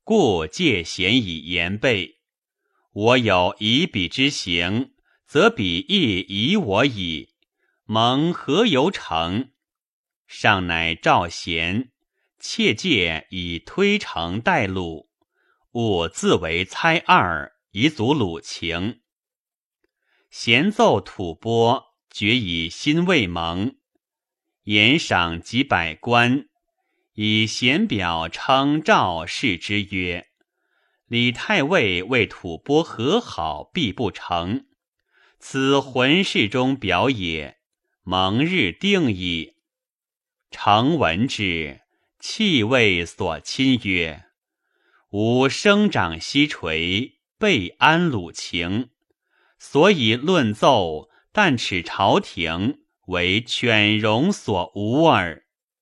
故借贤以言备。我有以彼之行，则彼亦以我矣。蒙何由成？上乃召贤，切戒以推诚待鲁，勿自为猜二，以阻鲁情。贤奏吐蕃，决以心未萌。言赏几百官，以贤表称赵视之曰：李太尉为吐蕃和好，必不成。此浑世中表也，蒙日定矣。诚闻之，气谓所亲曰：吾生长西垂，备安鲁情，所以论奏，但耻朝廷，为犬戎所无耳。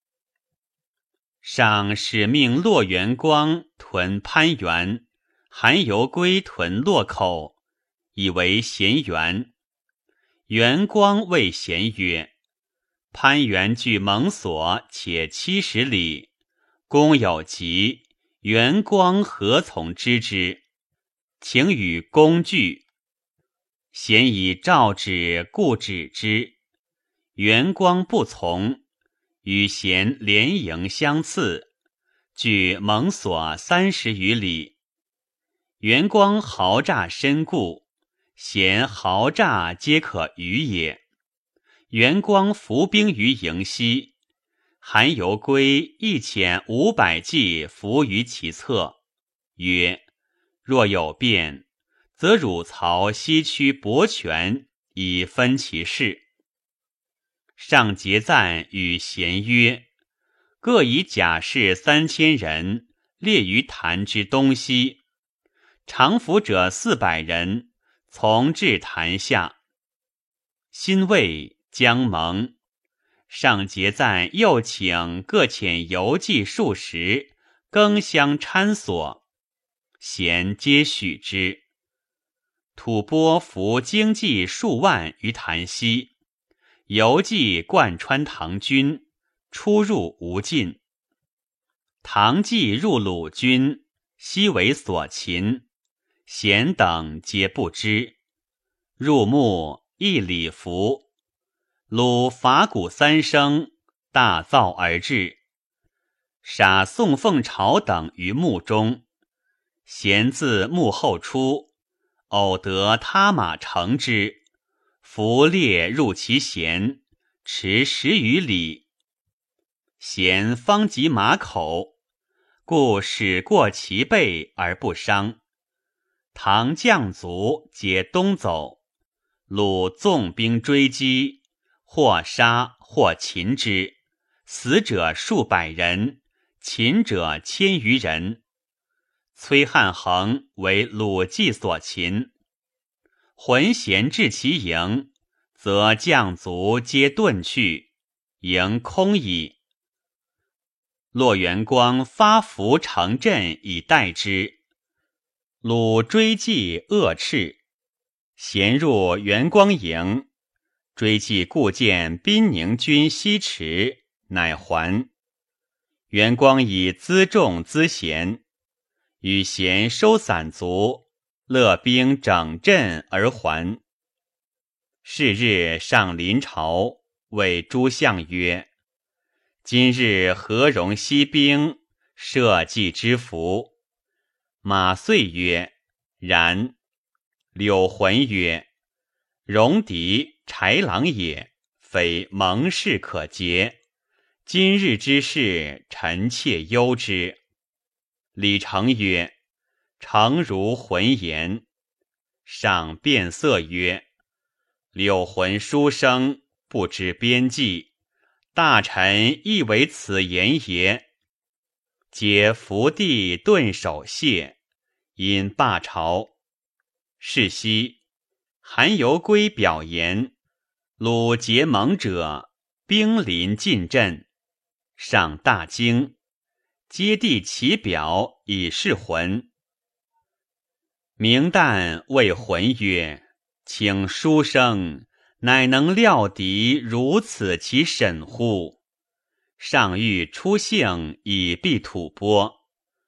上使命骆元光屯潘原，韩游归屯洛口，以为咸元。元光谓咸曰：潘原距蒙所且七十里，公有疾，元光何从知之？请与公聚。咸以诏旨故止之，元光不从，与咸连营相次，距蒙所三十余里。元光豪诈深固，咸豪诈皆可虞也。元光伏兵于营西，韩游归亦遣五百骑伏于其侧，曰：若有变，则汝曹西驱博权，以分其势。上节赞与咸曰：各以甲士三千人列于坛之东西，常服者四百人，从至坛下。辛未，将盟。上节赞又请各遣游骑数十，更相参索，咸皆许之。吐蕃伏精骑数万于坛西，游骑贯穿唐军，出入无尽。唐骑入鲁军，悉为所擒，咸等皆不知。入暮，一礼服，鲁伐鼓三声，大噪而至，杀宋凤朝等于幕中。咸自幕后出，偶得他马乘之，伏列入其弦，驰十余里。咸方及马口，故使过其背而不伤。唐将卒皆东走，鲁纵兵追击，或杀或擒之，死者数百人，擒者千余人。崔汉衡为鲁骑所擒，浑咸至其营，则将卒皆遁去，营空矣。骆元光发伏城镇以待之，鲁追击恶斥，咸入元光营，追击故见宾宁军西驰，乃还。元光以辎重资咸，与咸收散卒，勒兵整镇而还。是日上临朝，谓诸相曰：今日何容西兵，社稷之福？马遂曰：然。柳浑曰：戎狄豺狼也，非盟誓可结。今日之事，臣妾忧之。李成曰：诚如浑言。上变色曰：柳浑书生，不知边际，大臣亦为此言也。皆伏地顿首谢，因罢朝。是夕，韩游归表言，鲁结盟者，兵临晋镇。上大惊，皆递其表以示浑。明旦谓浑曰：请书生，乃能料敌如此其审乎？上欲出幸以避吐蕃，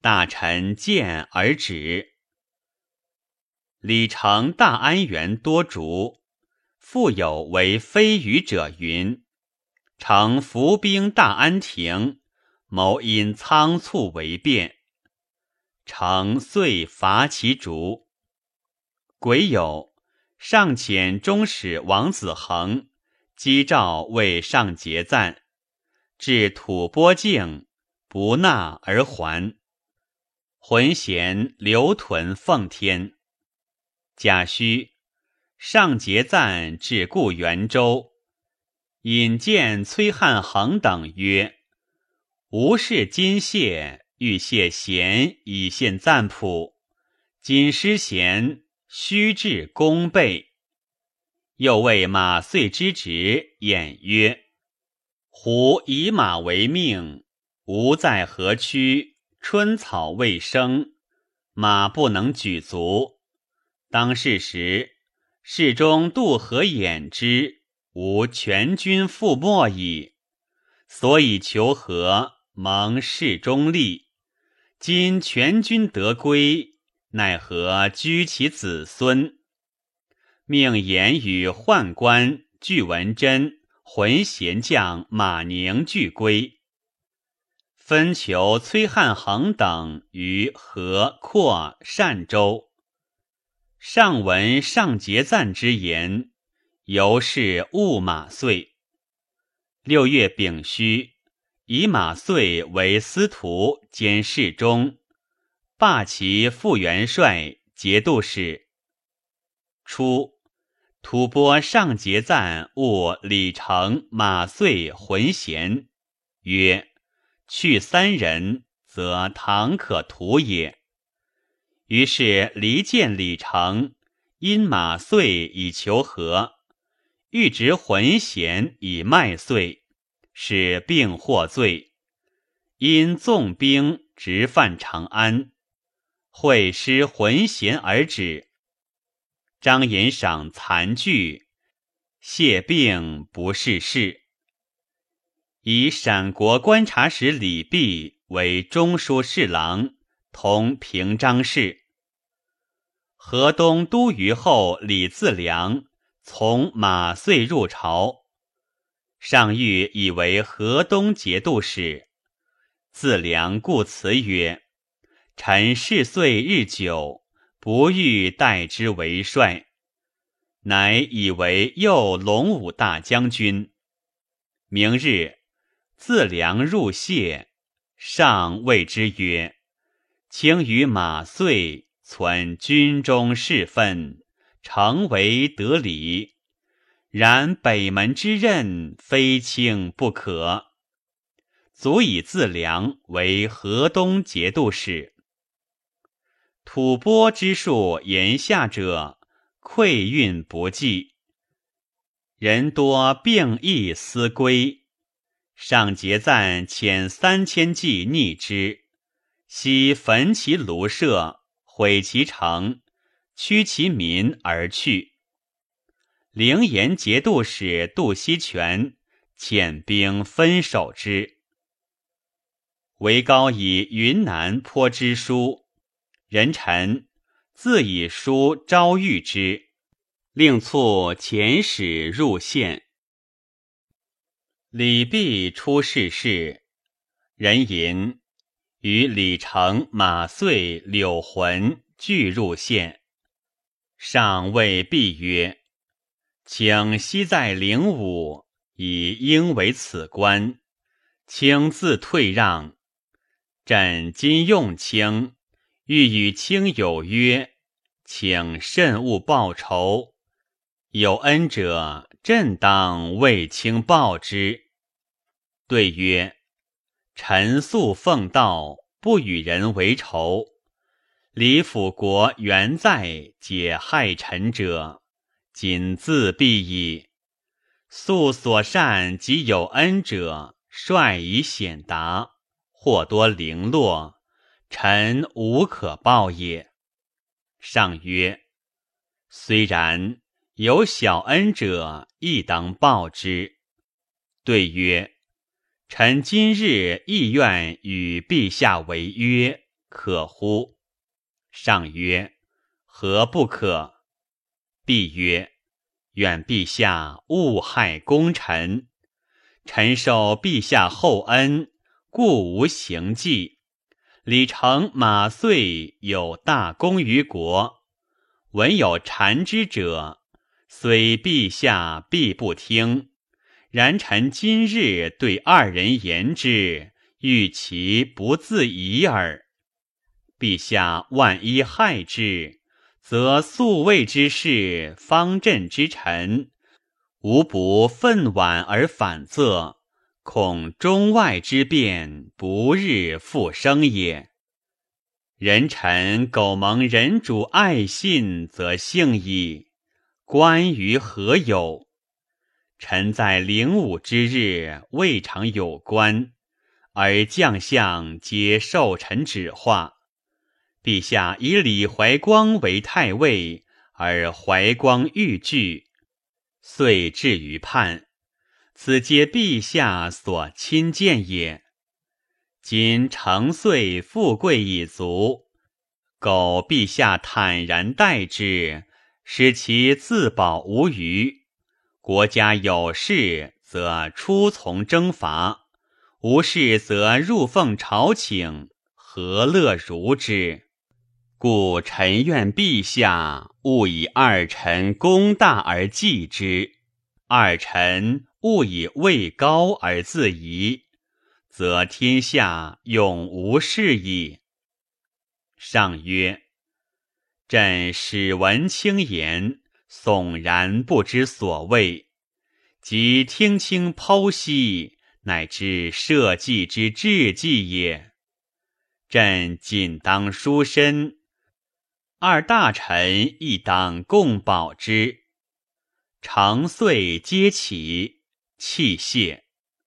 大臣见而止。李成大安园多竹，复有为非语者云：乘伏兵大安亭，谋因仓促为变。成遂伐其竹。癸酉，上遣中使王子恒击诏为上节赞，至吐蕃境，不纳而还。浑咸留屯奉天。甲戌，上节赞至故元州，引见崔汉衡等曰：吾视今谢，欲谢贤以献赞普，今失贤，须至功倍。又谓马遂之职，演曰：胡以马为命，吾在河曲，春草未生，马不能举足。当是时，世中渡河掩之，吾全军覆没矣。所以求和，蒙世中立。今全军得归，奈何居其子孙？命言与宦官具文贞、浑贤将马宁俱归。分求崔汉衡等于河、阔、单州。上闻上节赞之言，由是误马遂。六月丙戌，以马遂为司徒兼侍中，罢其副元帅、节度使。初，吐蕃上节赞误李成、马遂、浑贤，曰：去三人，则唐可图也。于是离间李成，因马遂以求和，欲执浑贤以卖遂，使并获罪。因纵兵直犯长安，会师浑贤而止。张延赏残惧，谢并不是事。以陕国观察使李泌为中书侍郎，同平章事。河东都虞候李自良从马遂入朝，上谕以为河东节度使。自良故辞曰：臣事岁日久，不欲代之为帅，乃以为右龙武大将军。明日，自良入谢，上谓之曰：卿与马遂存军中事分，诚为得理。然北门之任，非卿不可。足以自良为河东节度使。吐蕃之术言下者，溃运不济，人多病疫思归。上节赞遣三千骑逆之，悉焚其庐舍，毁其城，驱其民而去。灵岩节度使杜锡全遣兵分守之。韦高以云南颇之书，人臣自以书招谕之，令促遣使入县。李泌出仕事，人吟与李成、马遂、柳浑俱入县。上谓泌曰：请昔在灵武，以应为此官，卿自退让。朕今用卿，欲与卿有约，请慎勿报仇。有恩者，朕当为卿报之。对曰：臣素奉道，不与人为仇。李辅国原在，解害臣者，今自毙矣。素所善及有恩者，率以显达，或多零落，臣无可报也。上曰：虽然，有小恩者，亦当报之。对曰：臣今日亦愿与陛下为约， 可乎？上曰：何不可？毕曰：愿陛下勿害功臣，臣受陛下厚恩，故无行迹。李成、马遂有大功于国，闻有谗之者，虽陛下必不听。然臣今日对二人言之，欲其不自疑耳。陛下万一害之，则宿卫之士、方阵之臣，无不愤惋而反仄，恐中外之变不日复生也。人臣苟蒙人主爱信，则幸矣。关于何有？臣在灵武之日，未尝有官，而将相皆受臣指化。陛下以李怀光为太尉，而怀光欲拒，遂至于叛。此皆陛下所亲见也。今承岁富贵已足，苟陛下坦然待之，使其自保无虞。国家有事，则出从征伐；无事，则入奉朝请，何乐如之？故臣愿陛下勿以二臣功大而忌之，二臣勿以位高而自疑，则天下永无事矣。上曰：朕始闻轻言，悚然不知所谓，即听卿剖析，乃知社稷之至计也。朕仅当书身，二大臣亦当共保之。承岁皆起，泣谢。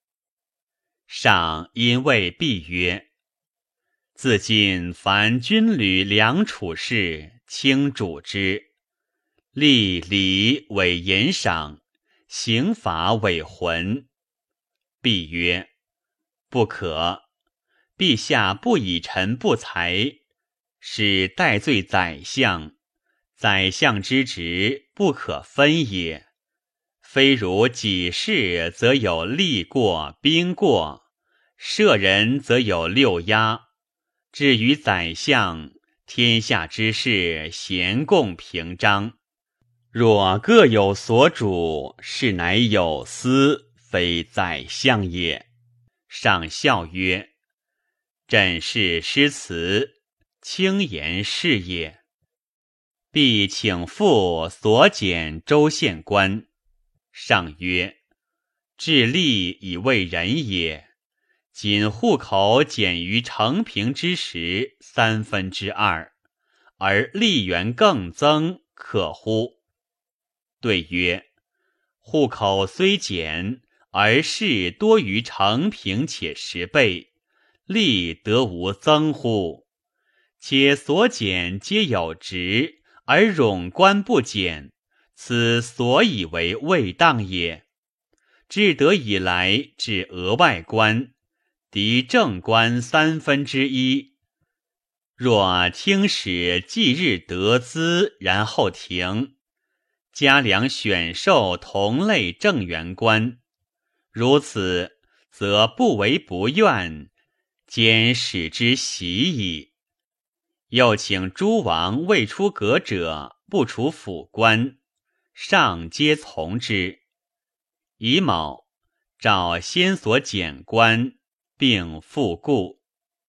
上因谓毕曰：自今凡军旅粮储事，卿主之，立礼为言赏，刑罚为浑。毕曰：不可。陛下不以臣不才，使代罪宰相，宰相之职不可分也。非如己事，则有吏过、兵过；舍人则有六压。至于宰相，天下之事，咸共平章。若各有所主，是乃有司，非宰相也。上笑曰：朕是诗词，轻言是也。必请复所检州县官。上曰：治吏以为人也。仅户口减于承平之时三分之二，而吏员更增，可乎？对曰：户口虽减，而事多于承平且十倍，吏得无增乎？且所减皆有职，而冗官不减，此所以为未当也。至德以来，至额外官，敌正官三分之一。若听使即日得资，然后停，加量选授同类正员官，如此，则不为不愿，兼使之喜矣。又请诸王未出阁者，不除府官，上皆从之。乙卯，召先所检官，并复故。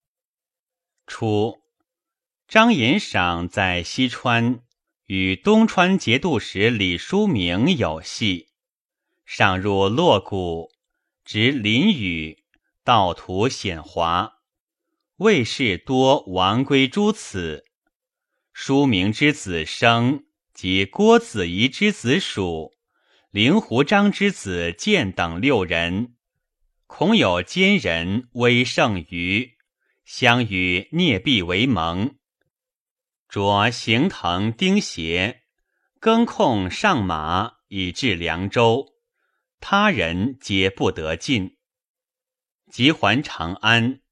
初，张延赏在西川，与东川节度使李叔明有隙，上入洛谷，执林宇，道途险滑，卫士多王归诸此。叔明之子生，及郭子仪之子蜀，灵狐章之子建等六人，恐有奸人威胜于，相与聂壁为盟，着行藤钉鞋，更控上马，以至凉州，他人皆不得进。及还长安，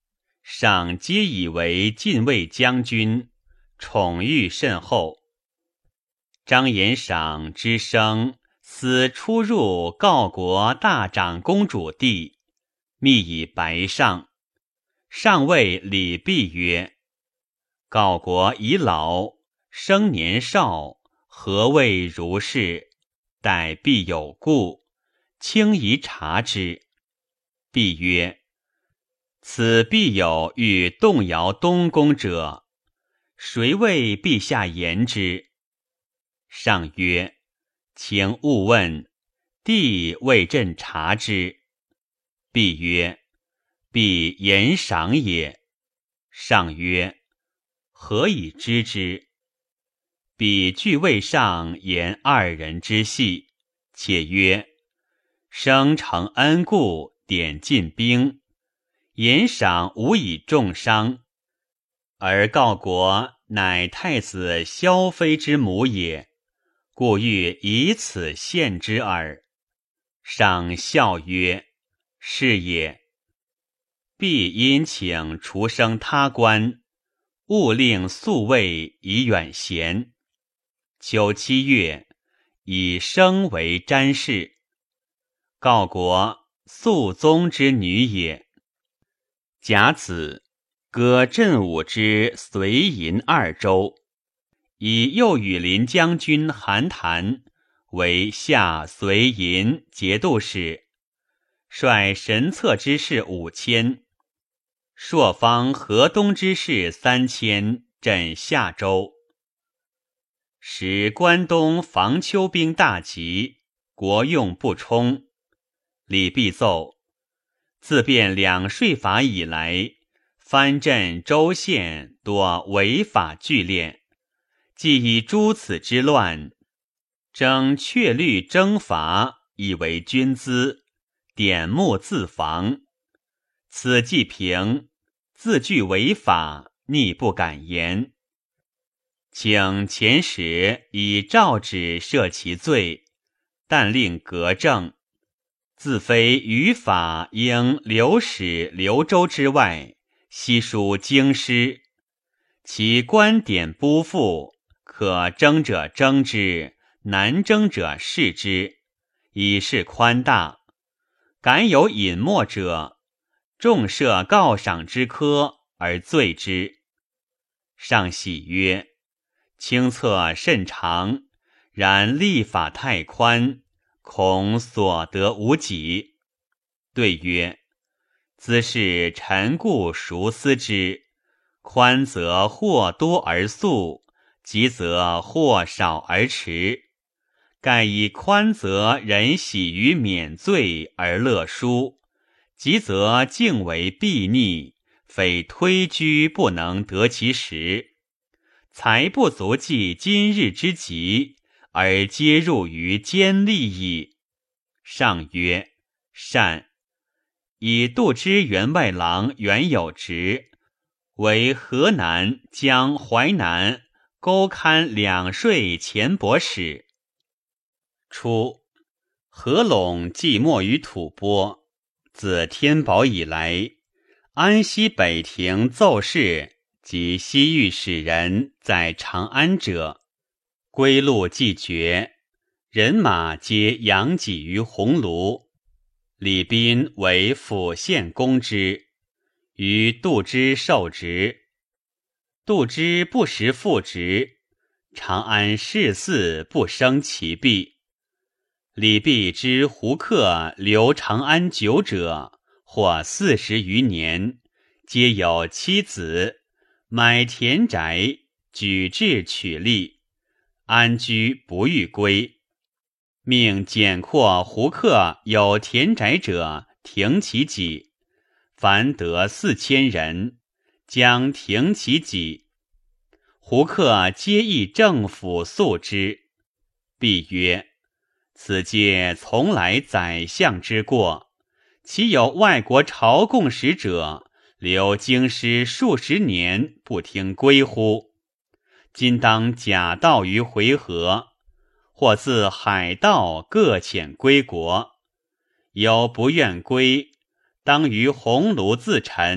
上皆以为禁卫将军，宠遇甚厚。张延赏之生，思出入告国大长公主地，密以白上。上谓李泌曰：告国已老，生年少，何谓如是？待必有故，卿宜察之。泌曰：此必有欲动摇东宫者，谁为陛下言之？上曰：请勿问，帝为朕察之。泌曰：必言赏也。上曰：何以知之？彼具位上言二人之戏，且曰：生承恩故，点进兵，言赏无以重伤，而告国乃太子萧妃之母也，故欲以此献之耳。上笑曰：是也。必因请除生他官，勿令宿卫以远贤。秋七月，以生为詹事。告国肃宗之女也。甲子，割镇武之随银二州，以右羽林将军韩谈为下随银节度使，率神策之士五千，朔方河东之士三千，镇夏州。时关东防丘兵大急，国用不充。李泌奏：自变两税法以来，藩镇州县多违法聚敛，既以诸此之乱，征确律征伐，以为军资，点目自防。此既平，自具违法，逆不敢言。请前时以诏旨赦其罪，但令革正，自非于法应留使留州之外，悉书京师。其观点不复，可征者征之，难征者释之，以示宽大。敢有隐没者，重设告赏之科而罪之。上喜曰：清策甚长，然立法太宽，恐所得无几。对曰：兹事臣固熟思之，宽则或多而速，急则或少而迟。盖以宽则人喜于免罪而乐书，急则敬为避逆，非推居不能得其时。才不足计今日之急，而皆入于奸利矣。上曰：善。以度支员外郎袁有职为河南、江、淮南沟勘两税前博使。初，河陇既没于吐蕃，自天宝以来，安西北庭奏事及西域使人在长安者，归路既绝，人马皆养己于鸿胪。李斌为府县公之，于度支受职。度支不时复职，长安市寺不生其弊。李泌之胡客留长安久者，或四十余年，皆有妻子，买田宅，举志取利，安居不欲归。命简括胡客有田宅者停其己，凡得四千人，将停其己。胡客皆议政府诉之。必曰：此皆从来宰相之过，其有外国朝贡使者，留京师数十年不听归乎？今当假道于回纥，或自海盗各遣归国。有不愿归，当于鸿胪自陈，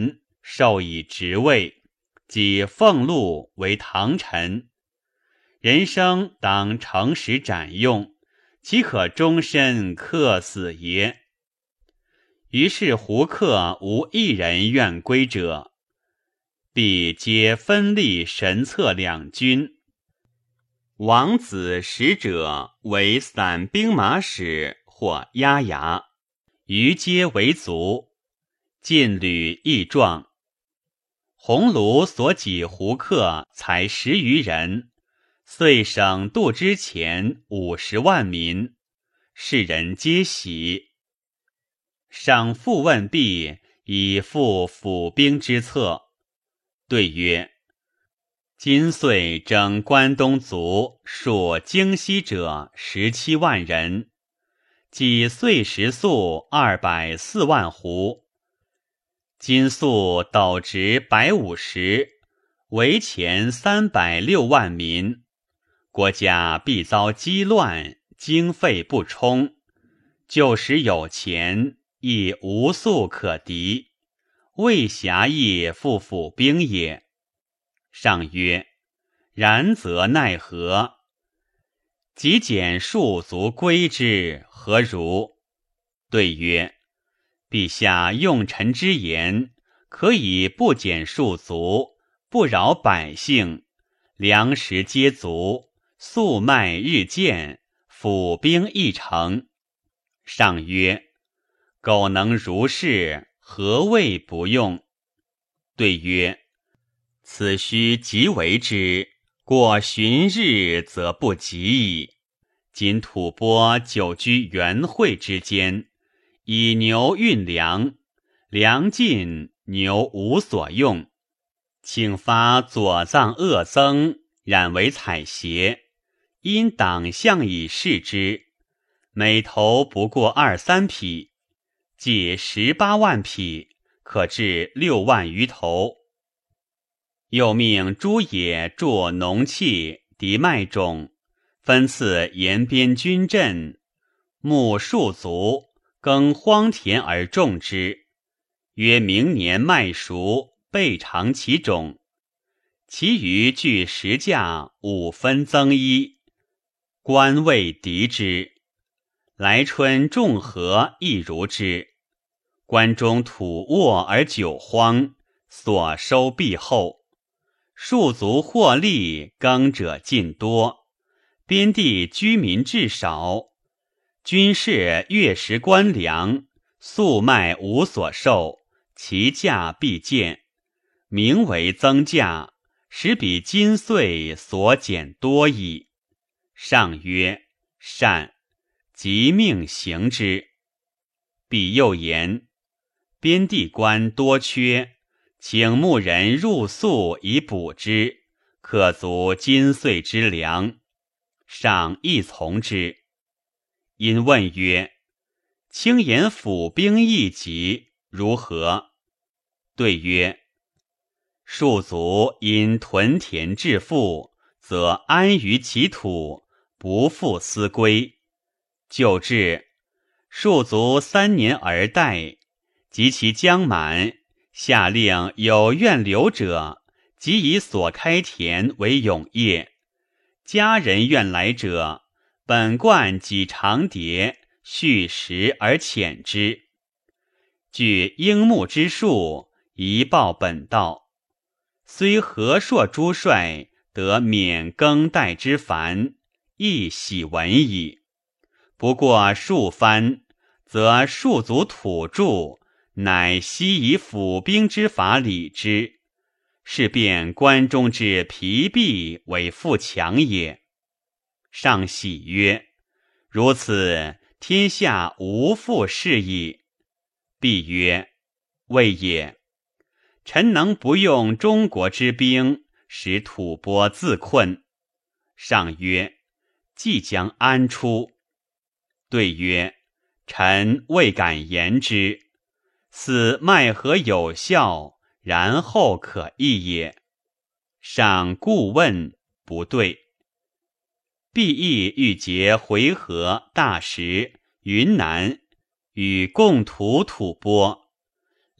授以职位，即俸禄为唐臣。人生当诚实展用，岂可终身客死耶？于是胡客无一人愿归者，必皆分立神策两军。王子使者为散兵马使或押牙，余皆为卒。晋旅益壮。鸿胪所给胡客才十余人，遂省度之前五十万民，世人皆喜。赏复问毕，以复府兵之策。对曰：今岁征关东卒数京西者十七万人，即岁时粟二百四万斛。今粟斗值百五十，为前三百六万民，国家必遭饥乱，经费不充，就使有钱，亦无粟可敌，未暇亦复府兵也。上曰：然则奈何？即减戍卒归之，何如？对曰：陛下用臣之言，可以不减戍卒，不扰百姓，粮食皆足，粟麦日见，府兵亦成。上曰：苟能如是，何谓不用？对曰：此须即为之，过旬日则不及矣。今吐蕃久居元会之间，以牛运粮，粮尽，牛无所用，请发左藏恶僧，染为采撷，因党项以示之，每头不过二三匹，即十八万匹，可至六万余头。又命诸野筑农器，敌麦种，分赐沿边军镇，牧戍卒，耕荒田而种之，约明年麦熟，备尝其种。其余据实价五分增一，官未敌之。来春种禾亦如之。关中土沃而久荒，所收必厚。戍卒获利，耕者尽多，边地居民至少，军士月食官粮，粟麦无所受，其价必见，名为增价，使比今岁所减多矣。上曰：善，即命行之。必又言：边地官多缺，请牧人入粟以补之，可足今岁之粮。上亦从之。因问曰：轻言府兵一级如何？对曰：戍卒因屯田致富，则安于其土，不复思归。就至，戍卒三年而待，及其将满，下令有愿留者，即以所开田为永业。家人愿来者，本贯几长牒，续食而遣之。据樱木之数，一报本道。虽和硕诸帅得免耕代之烦，亦喜闻矣。不过数番，则戍卒土著，乃悉以府兵之法理之，是便关中之疲弊为富强也。上喜曰：如此，天下无复事矣。必曰：未也。臣能不用中国之兵，使吐蕃自困。上曰：即将安出？对曰：臣未敢言之。似麦禾有效，然后可议也。上故问，不对。必亦欲结回纥、大石、云南，与共图吐蕃。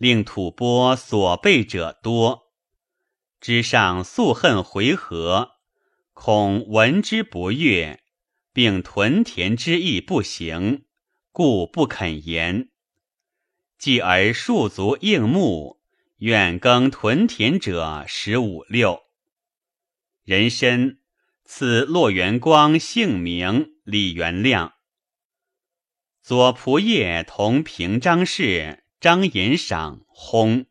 令吐蕃所备者多。之上素恨回纥，恐闻之不悦，并屯田之意不行，故不肯言。继而戍卒应募，愿耕屯田者十五六。人参赐骆元光姓名李元亮。左仆射同平章事张延赏薨。